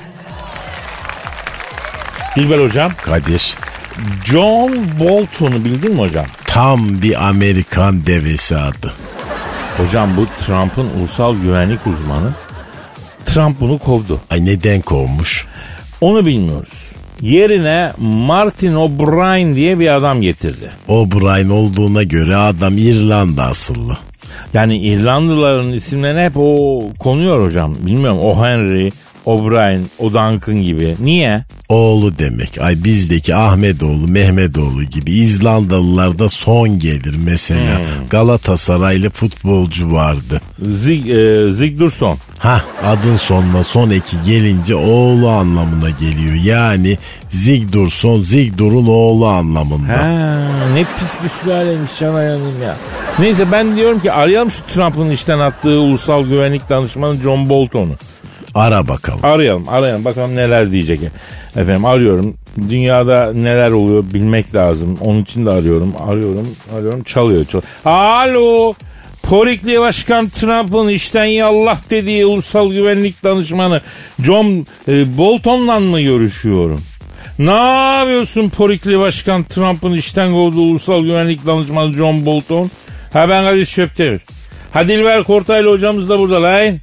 Dilber hocam. Kadir. John Bolton'u bildin mi hocam? Tam bir Amerikan devesi adı. Hocam bu Trump'ın ulusal güvenlik uzmanı. Trump bunu kovdu. Ay neden kovmuş? Onu bilmiyoruz. Yerine Martin O'Brien diye bir adam getirdi. O'Brien olduğuna göre adam İrlanda asıllı. Yani İrlandıların isimlerine hep o konuyor hocam. Bilmiyorum, O Henry, O'Brien, O Duncan gibi. Niye? Oğlu demek. Ay bizdeki Ahmetoğlu, Mehmetoğlu gibi İzlandalılarda son gelir mesela. Galatasaraylı futbolcu vardı. Sigurdsson. Adın sonuna son eki gelince oğlu anlamına geliyor. Yani Sigurdsson, Sigurd'un oğlu anlamında. Ne pis bir sülaleymiş cana yanayım ya. Neyse ben diyorum ki arayalım şu Trump'ın işten attığı ulusal güvenlik danışmanı John Bolton'u. Ara bakalım. Arayalım bakalım neler diyecek. Efendim arıyorum. Dünyada neler oluyor bilmek lazım. Onun için de arıyorum. Çalıyor. Alo. Porikli Başkan Trump'ın işten yallah dediği ulusal güvenlik danışmanı John Bolton'la mı görüşüyorum? Ne yapıyorsun Porikli Başkan Trump'ın işten kovduğu ulusal güvenlik danışmanı John Bolton? Ben Kadir Çöptemir. Dilber Kortaylı hocamız da burada lan.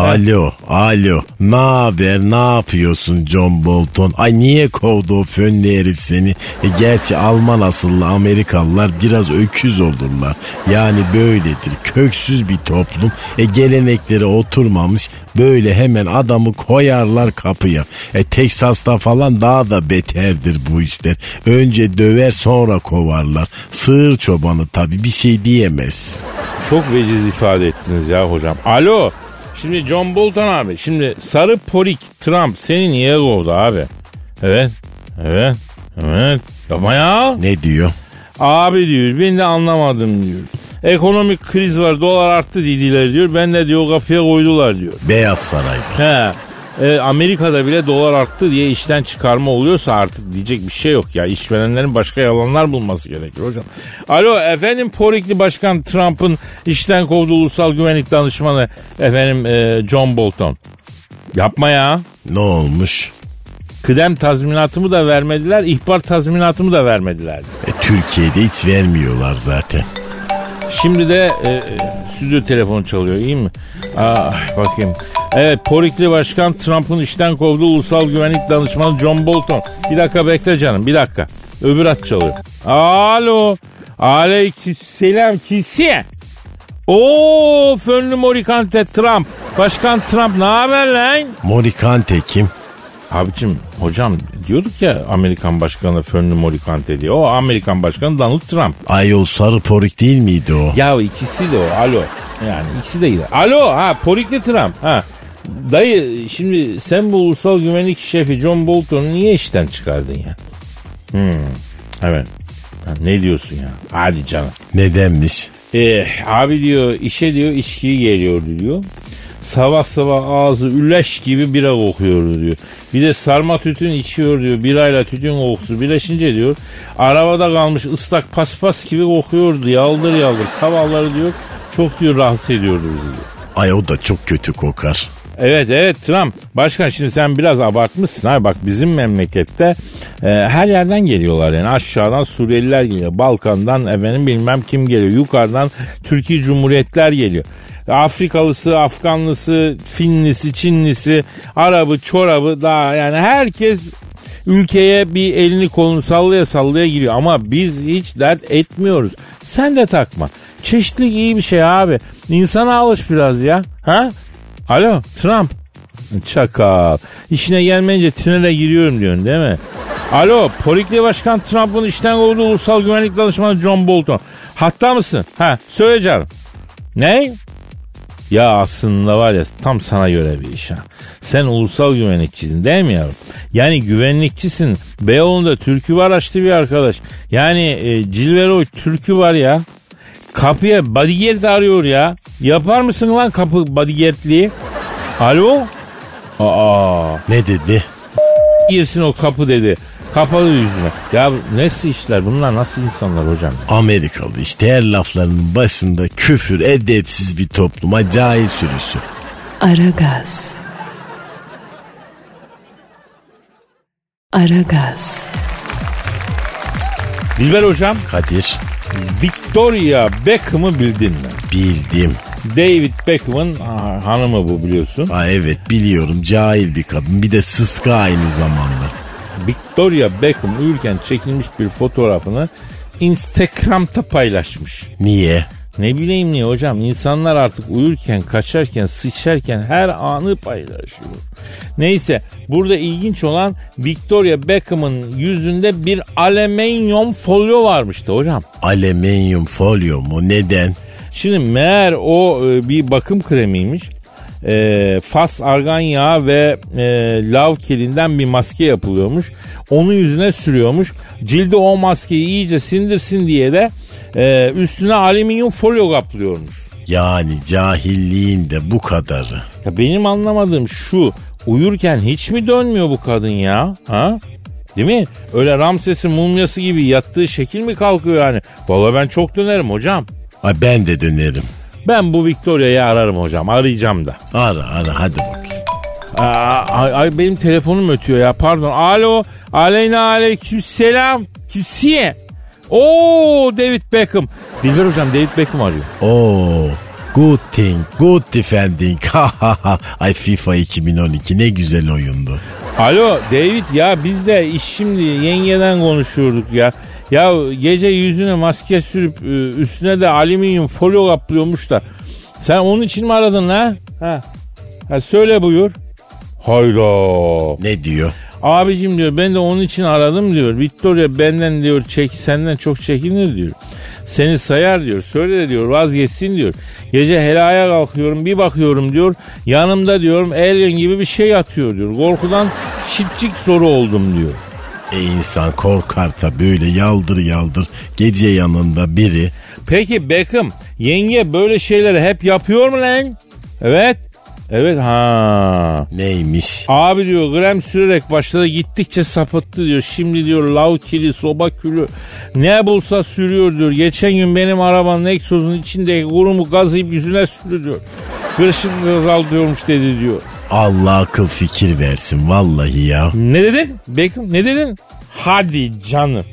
Alo. Ne haber? Ne yapıyorsun John Bolton? Ay niye kovdu o fönlü herif seni? Gerçi Alman asıllı Amerikalılar biraz öküz olurlar. Yani böyledir. Köksüz bir toplum. Gelenekleri oturmamış. Böyle hemen adamı koyarlar kapıya. Teksas'ta falan daha da beterdir bu işler. Önce döver sonra kovarlar. Sığır çobanı tabii bir şey diyemez. Çok veciz ifade ettiniz ya hocam. Alo. Şimdi John Bolton abi. Şimdi sarı porik Trump seni niye kovdu abi? Evet. Yapma ya. Ne diyor? Abi diyor ben de anlamadım diyor. Ekonomik kriz var, dolar arttı dediler diyor. Ben de diyor kapıya koydular diyor. Beyaz Saray'da. Amerika'da bile dolar arttı diye işten çıkarma oluyorsa artık diyecek bir şey yok ya. İşverenlerin başka yalanlar bulması gerekir hocam. Alo efendim Porikli Başkan Trump'ın işten kovduğu ulusal güvenlik danışmanı efendim John Bolton. Yapma ya. Ne olmuş? Kıdem tazminatımı da vermediler, ihbar tazminatımı da vermediler. Türkiye'de hiç vermiyorlar zaten. Şimdi de stüdyo telefonu çalıyor, iyi mi? Bakayım. Evet, Porikli Başkan Trump'ın işten kovduğu ulusal güvenlik danışmanı John Bolton. Bir dakika bekle canım, bir dakika. Öbür hat çalıyor. Alo. Aleykümselam kisi. Oo, fönlü Morikante Trump. Başkan Trump ne haber lan? Morikante kim? Abicim hocam diyorduk ya Amerikan başkanı fönlü Morikante diye. O Amerikan başkanı Donald Trump. Ayol sarı porik değil miydi o? Ya ikisi de o. Alo. Yani ikisi de gider. Alo porikli Trump. Dayı şimdi sen bu ulusal güvenlik şefi John Bolton'u niye işten çıkardın ya? Evet. Ne diyorsun ya? Hadi canım. Nedenmiş? Abi diyor işe diyor içki geliyordu diyor. Sabah ağzı üleş gibi bira kokuyordu diyor. Bir de sarma tütün içiyor diyor. Birayla tütün kokusu birleşince diyor. Arabada kalmış ıslak paspas gibi kokuyordu. Yaldır. Sabahları diyor çok diyor rahatsız ediyordu bizi diyor. Ay o da çok kötü kokar. Evet Trump. Başkan şimdi sen biraz abartmışsın. Abi bak bizim memlekette her yerden geliyorlar yani. Aşağıdan Suriyeliler geliyor. Balkan'dan bilmem kim geliyor. Yukarıdan Türkiye Cumhuriyetler geliyor. Afrikalısı, Afganlısı, Finlisi, Çinlisi, Arabı, Çorabı daha yani herkes ülkeye bir elini kolunu sallaya sallaya giriyor. Ama biz hiç dert etmiyoruz. Sen de takma. Çeşitlilik iyi bir şey abi. İnsana alış biraz ya. Ha? Alo Trump. Çakal. İşine gelmeyince tünele giriyorum diyorsun değil mi? Alo Polikli Başkan Trump'ın işten kovduğu ulusal güvenlik danışmanı John Bolton. Hatta mısın? Ha söyle canım. Ne? Ya aslında var ya tam sana göre bir iş ha. Sen ulusal güvenlikçiydin değil mi yavrum? Yani güvenlikçisin. Beyoğlu'nda türkü var açtı bir arkadaş. Yani Cilveroy türkü var ya. Kapıya bodyguard arıyor ya. Yapar mısın lan kapı bodyguardliği? Alo? Aa. Ne dedi? Girsin o kapı dedi. Kapalı yüzüne. Ya nasıl işler bunlar, nasıl insanlar hocam? Amerikalı işte, her laflarının başında küfür, edepsiz bir topluma cahil sürüsü. Aragaz. Aragaz. Dilber hocam. Kadir. Victoria Beckham'ı bildin mi? Bildim. David Beckham'ın hanımı bu biliyorsun. Evet biliyorum, cahil bir kadın, bir de sıska aynı zamanda. Victoria Beckham uyurken çekilmiş bir fotoğrafını Instagram'da paylaşmış. Niye? Ne bileyim niye hocam, insanlar artık uyurken, kaçarken, sıçarken her anı paylaşıyor. Neyse burada ilginç olan Victoria Beckham'ın yüzünde bir alüminyum folyo varmıştı hocam. Alüminyum folyo mu? Neden? Şimdi meğer o bir bakım kremiymiş. Fas argan yağı ve lav kilinden bir maske yapılıyormuş. Onu yüzüne sürüyormuş. Cildi o maskeyi iyice sindirsin diye de üstüne alüminyum folyo kaplıyormuş. Yani cahilliğin de bu kadarı. Ya benim anlamadığım şu, uyurken hiç mi dönmüyor bu kadın ya? Ha? Değil mi? Öyle Ramses'in mumyası gibi yattığı şekil mi kalkıyor yani? Vallahi ben çok dönerim hocam. Ay ben de dönerim. Ben bu Victoria'yı ararım hocam. Arayacağım da. Ara hadi bakayım. Ay benim telefonum ötüyor ya, pardon. Alo. Aleyna aleykümselam. Kimsiye? Oo David Beckham. Dilber hocam David Beckham arıyor. Oo. Good defending. Ay FIFA 2012 ne güzel oyundu. Alo David, ya biz de iş şimdi yengeden konuşuyorduk ya. Ya gece yüzüne maske sürüp üstüne de alüminyum folyo kaplıyormuş da. Sen onun için mi aradın la? Ha söyle buyur. Hayda. Ne diyor? Abicim diyor, ben de onun için aradım diyor. Victoria benden diyor senden çok çekinir diyor. Seni sayar diyor. Söyle de diyor vazgeçsin diyor. Gece helaya kalkıyorum, bir bakıyorum diyor. Yanımda diyorum alien gibi bir şey atıyor diyor. Korkudan şitçik soru oldum diyor. İnsan korkar da böyle yaldır gece yanında biri. Peki Beckham yenge böyle şeyleri hep yapıyor mu lan? Evet ha. Neymiş? Abi diyor krem sürerek başladı, gittikçe sapıttı diyor. Şimdi diyor lav kili, soba külü ne bulsa sürüyor diyor. Geçen gün benim arabanın egzozunun içindeki kurumu gazlayıp yüzüne sürüyor. Kırışık azaltıyormuş dedi diyor. Allah akıl fikir versin vallahi ya. Ne dedin Beckham, ne dedin? Hadi canım.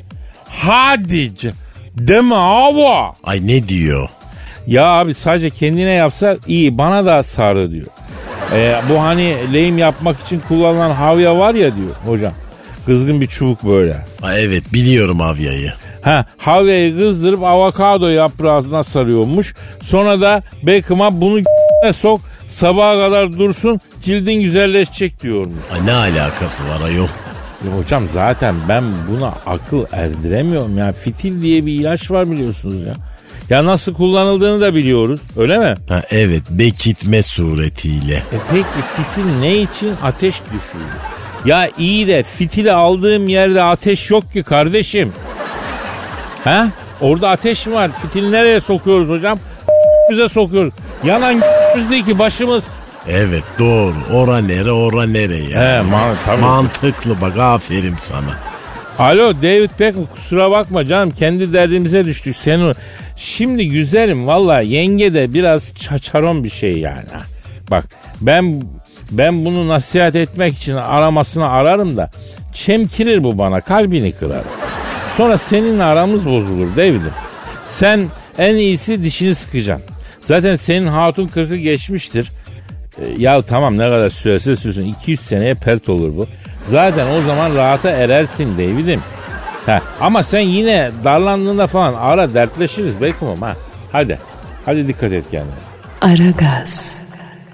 Deme abi. Ay ne diyor? Ya abi sadece kendine yapsa iyi, bana da sarı diyor. Bu hani lehim yapmak için kullanılan havya var ya diyor hocam. Kızgın bir çubuk böyle. Evet biliyorum havyayı. Havyayı kızdırıp avokado yaprağına sarıyormuş. Sonra da Beckham'a bunu sok, sabaha kadar dursun, cildin güzelleşecek diyormuş. Ay ne alakası var ayol? Hocam zaten ben buna akıl erdiremiyorum ya. Fitil diye bir ilaç var biliyorsunuz ya. Ya nasıl kullanıldığını da biliyoruz, öyle mi? Evet, bekitme suretiyle. Peki fitil ne için? Ateş düşürücü. Ya iyi de fitili aldığım yerde ateş yok ki kardeşim. Orada ateş mi var? Fitili nereye sokuyoruz hocam? Bize sokuyoruz. Yanan değil ki başımız. Evet doğru. Ora nere ya. Tabii. Mantıklı bak, aferin sana. Alo David Beckham, kusura bakma canım, kendi derdimize düştük senin. Şimdi güzelim vallahi yenge de biraz çaçaron bir şey yani. Bak ben bunu nasihat etmek için aramasını ararım da çemkirir bu bana, kalbini kırar. Sonra seninle aramız bozulur David'im. Sen en iyisi dişini sıkacaksın. Zaten senin hatun 40'ı geçmiştir. Ya tamam ne kadar sürerse sürsün 200 seneye pert olur bu. Zaten o zaman rahata erersin David'im. Ama sen yine darlandığında falan ara dertleşiriz belki mi? Hadi dikkat et kendine. Aragaz.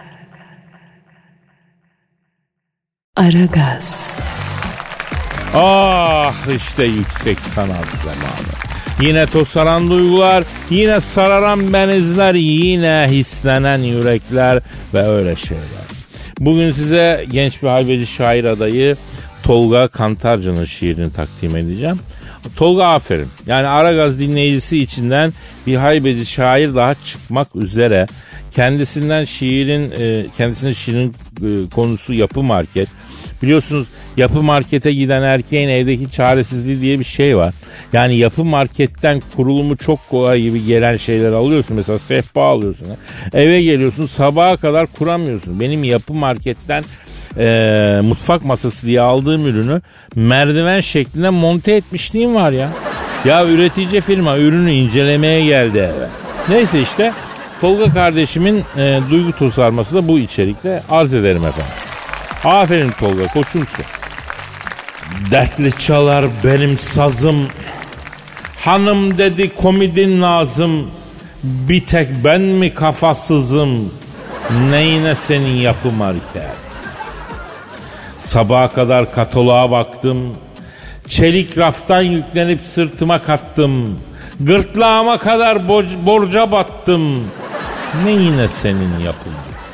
İşte yüksek sanat zamanı. Yine tosaran duygular, yine sararan benizler, yine hislenen yürekler ve öyle şeyler. Bugün size genç bir haybeci şair adayı Tolga Kantarcı'nın şiirini takdim edeceğim. Tolga aferin. Yani Aragaz dinleyicisi içinden bir haybeci şair daha çıkmak üzere. Kendisinin şiirin konusu yapı market. Biliyorsunuz yapı markete giden erkeğin evdeki çaresizliği diye bir şey var. Yani yapı marketten kurulumu çok kolay gibi gelen şeyler alıyorsun. Mesela sehpa alıyorsun. Eve geliyorsun sabaha kadar kuramıyorsun. Benim yapı marketten mutfak masası diye aldığım ürünü merdiven şeklinde monte etmişliğim var ya. Ya üretici firma ürünü incelemeye geldi eve. Neyse işte Tolga kardeşimin duygu tosarması da bu içerikte arz ederim efendim. Aferin Tolga koçumsun. Dertli çalar benim sazım. Hanım dedi komidin lazım. Bir tek ben mi kafasızım? Neyine senin yapı market? Sabaha kadar kataloğa baktım. Çelik raftan yüklenip sırtıma kattım. Gırtlağıma kadar borca battım. Neyine senin yapın?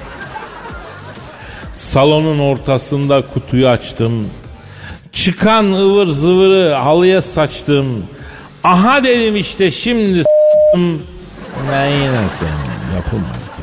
Salonun ortasında kutuyu açtım. Çıkan ıvır zıvırı halıya saçtım. Aha dedim işte şimdi neyine senin yapın?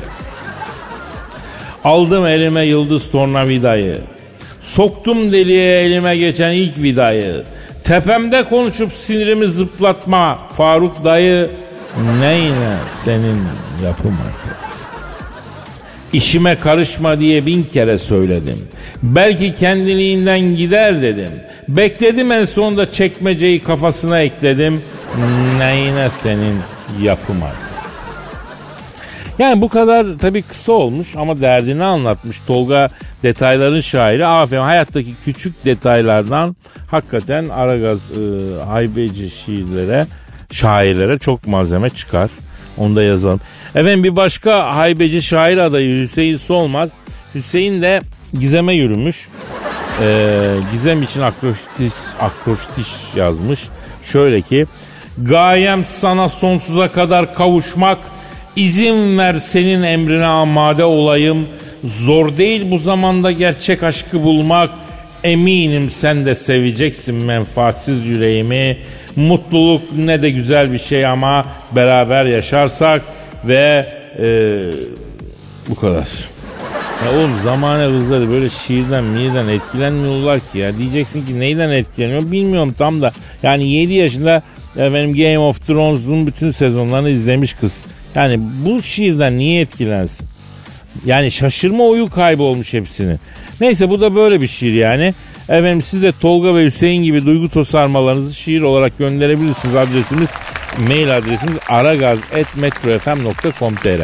Aldım elime yıldız tornavidayı. Soktum deliğe elime geçen ilk vidayı. Tepemde konuşup sinirimi zıplatma Faruk dayı. Neyine senin yapım artık? İşime karışma diye 1000 kere söyledim. Belki kendiliğinden gider dedim. Bekledim en sonunda çekmeceyi kafasına ekledim. Neyine senin yapım artık? Yani bu kadar tabii kısa olmuş ama derdini anlatmış. Tolga detayların şairi. Aferin, hayattaki küçük detaylardan hakikaten Aragaz haybeci şairlere çok malzeme çıkar. Onu da yazalım. Efendim bir başka haybeci şair adayı Hüseyin Solmaz. Hüseyin de Gizem'e yürümüş. Gizem için akrostiş yazmış. Şöyle ki: gayem sana sonsuza kadar kavuşmak, İzin ver senin emrine amade olayım. Zor değil bu zamanda gerçek aşkı bulmak. Eminim sen de seveceksin menfaatsiz yüreğimi. Mutluluk ne de güzel bir şey ama beraber yaşarsak ve bu kadar. Ya oğlum zamane kızları böyle şiirden etkilenmiyorlar ki ya. Diyeceksin ki neyden etkileniyor bilmiyorum tam da. Yani 7 yaşında benim Game of Thrones'un bütün sezonlarını izlemiş kız. Yani bu şiirden niye etkilensin? Yani şaşırma oyu kaybolmuş hepsinin. Neyse bu da böyle bir şiir yani. Efendim siz de Tolga ve Hüseyin gibi duygu tosarmalarınızı şiir olarak gönderebilirsiniz. Adresimiz, mail adresimiz aragaz@metrofm.com.tr.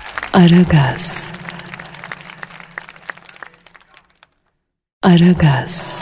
Aragaz.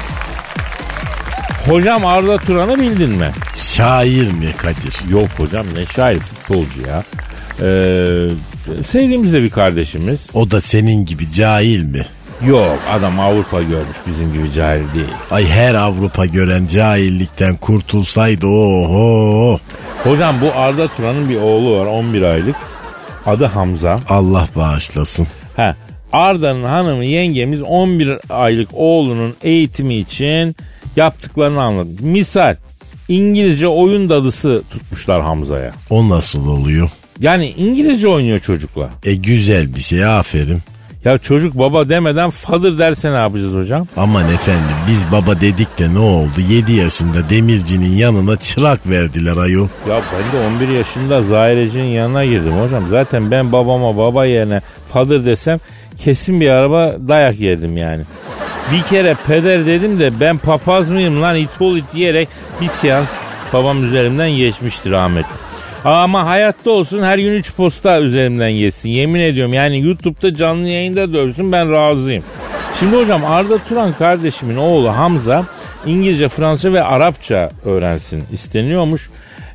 Hocam Arda Turan'ı bildin mi? Şair mi Kadir? Yok hocam ne şair, futbolcu ya. Sevdiğimiz de bir kardeşimiz. O da senin gibi cahil mi? Yok adam Avrupa görmüş, bizim gibi cahil değil. Ay her Avrupa gören cahillikten kurtulsaydı oho. Hocam bu Arda Turan'ın bir oğlu var 11 aylık. Adı Hamza. Allah bağışlasın. Arda'nın hanımı yengemiz 11 aylık oğlunun eğitimi için yaptıklarını anladı. Misal İngilizce oyun dadısı tutmuşlar Hamza'ya. O nasıl oluyor? Yani İngilizce oynuyor çocukla. Güzel bir şey, aferin. Ya çocuk baba demeden father derse ne yapacağız hocam? Aman efendim biz baba dedik de ne oldu? 7 yaşında demircinin yanına çırak verdiler ayol. Ya ben de 11 yaşında Zahirecinin yanına girdim hocam. Zaten ben babama baba yerine father desem kesin bir araba dayak yerdim yani. Bir kere peder dedim de ben papaz mıyım lan it ol it diyerek bir seans babam üzerimden geçmiştir rahmetli. Ama hayatta olsun her gün 3 posta üzerimden yesin. Yemin ediyorum yani YouTube'da canlı yayında dövsün, ben razıyım. Şimdi hocam Arda Turan kardeşimin oğlu Hamza İngilizce, Fransızca ve Arapça öğrensin isteniyormuş.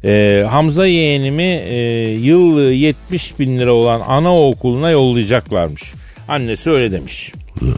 Hamza yeğenimi yıllığı 70 bin lira olan anaokuluna yollayacaklarmış. Annesi öyle demiş.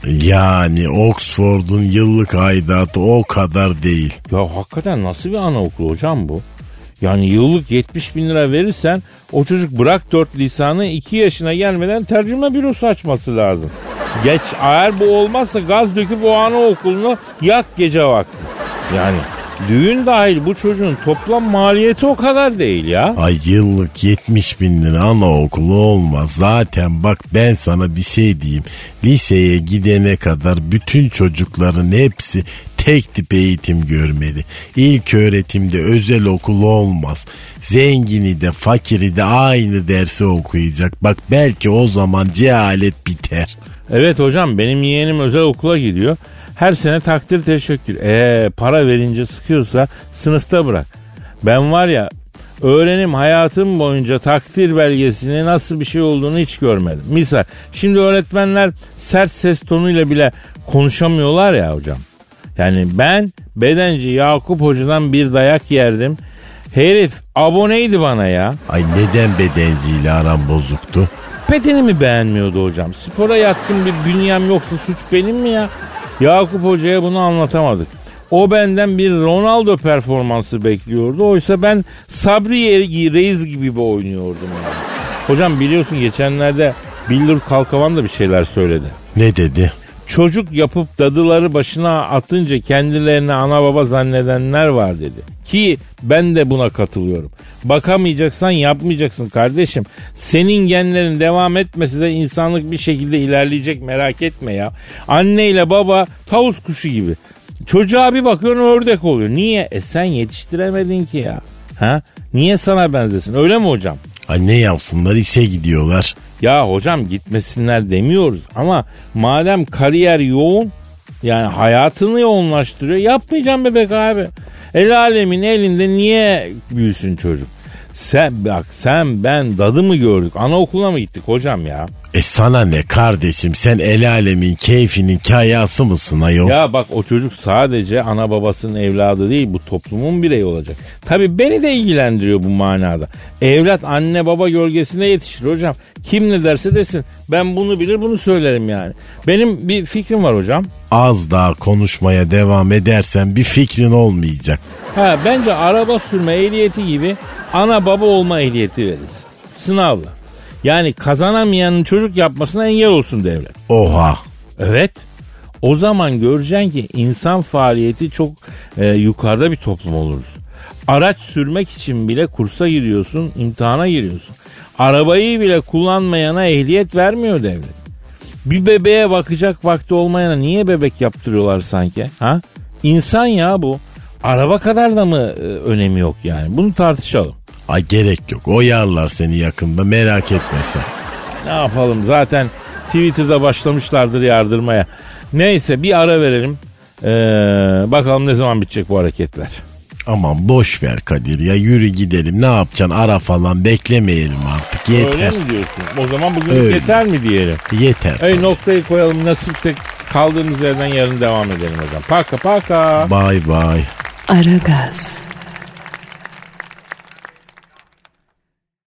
Yani Oxford'un yıllık aidatı o kadar değil. Ya hakikaten nasıl bir anaokulu hocam bu? Yani yıllık 70 bin lira verirsen o çocuk bırak 4 lisanı 2 yaşına gelmeden tercüme bürosu açması lazım. Geç, eğer bu olmazsa gaz döküp o anaokulunu yak gece vakti. Yani düğün dahil bu çocuğun toplam maliyeti o kadar değil ya. Ay yıllık 70 bin lira anaokulu olmaz. Zaten bak ben sana bir şey diyeyim. Liseye gidene kadar bütün çocukların hepsi tek tip eğitim görmeli. İlk öğretimde özel okul olmaz. Zengini de fakiri de aynı dersi okuyacak. Bak belki o zaman cehalet biter. Evet hocam, benim yeğenim özel okula gidiyor. Her sene takdir teşekkür. Para verince sıkıyorsa sınıfta bırak. Ben var ya, öğrenim hayatım boyunca takdir belgesinin nasıl bir şey olduğunu hiç görmedim. Misal şimdi öğretmenler sert ses tonuyla bile konuşamıyorlar ya hocam. Yani ben bedenci Yakup Hoca'dan bir dayak yerdim. Herif aboneydi bana ya. Ay neden bedenciyle aram bozuktu? Petini beğenmiyordu hocam? Spora yatkın bir bünyem yoksa suç benim mi ya? Yakup Hoca'ya bunu anlatamadık. O benden bir Ronaldo performansı bekliyordu. Oysa ben Sabri Reis gibi oynuyordum yani. Hocam biliyorsun geçenlerde Billur Kalkavan da bir şeyler söyledi. Ne dedi? Çocuk yapıp dadıları başına atınca kendilerini ana baba zannedenler var dedi. Ki ben de buna katılıyorum. Bakamayacaksan yapmayacaksın kardeşim. Senin genlerin devam etmesi de insanlık bir şekilde ilerleyecek, merak etme ya. Anne ile baba tavus kuşu gibi. Çocuğa bir bakıyorsun ördek oluyor. Niye? Sen yetiştiremedin ki ya. Ha? Niye sana benzesin? Öyle mi hocam? Ay ne yapsınlar, işe gidiyorlar. Ya hocam gitmesinler demiyoruz ama madem kariyer yoğun, yani hayatını yoğunlaştırıyor, yapmayacağım bebek abi. El alemin elinde niye büyüsün çocuk? Sen ben dadı mı gördük? Anaokuluna mı gittik hocam ya? Sana ne kardeşim, sen el alemin keyfinin kayası mısın ayol? Ya bak, o çocuk sadece ana babasının evladı değil, bu toplumun bireyi olacak. Tabii beni de ilgilendiriyor bu manada. Evlat anne baba gölgesinde yetişir hocam. Kim ne derse desin, ben bunu bilir bunu söylerim yani. Benim bir fikrim var hocam. Az daha konuşmaya devam edersen bir fikrin olmayacak. Bence araba sürme ehliyeti gibi ana baba olma ehliyeti veririz. Sınavla. Yani kazanamayanın çocuk yapmasına engel olsun devlet. Oha. Evet. O zaman göreceksin ki insan faaliyeti çok yukarıda bir toplum oluruz. Araç sürmek için bile kursa giriyorsun, imtihana giriyorsun. Arabayı bile kullanmayana ehliyet vermiyor devlet. Bir bebeğe bakacak vakti olmayana niye bebek yaptırıyorlar sanki? Ha? İnsan ya bu. Araba kadar da mı önemi yok yani? Bunu tartışalım. Ay gerek yok. Oyarlar seni yakında, merak etme sen. Ne yapalım, zaten Twitter'da başlamışlardır yardırmaya. Neyse bir ara verelim. Bakalım ne zaman bitecek bu hareketler. Aman boş ver Kadir ya, yürü gidelim. Ne yapacaksın, ara falan beklemeyelim artık, yeter. Öyle mi diyorsun? O zaman bugün yeter mi diyelim? Yeter. Noktayı koyalım, nasipse kaldığımız yerden yarın devam edelim o zaman. Paka paka. Bye bye. Aragaz.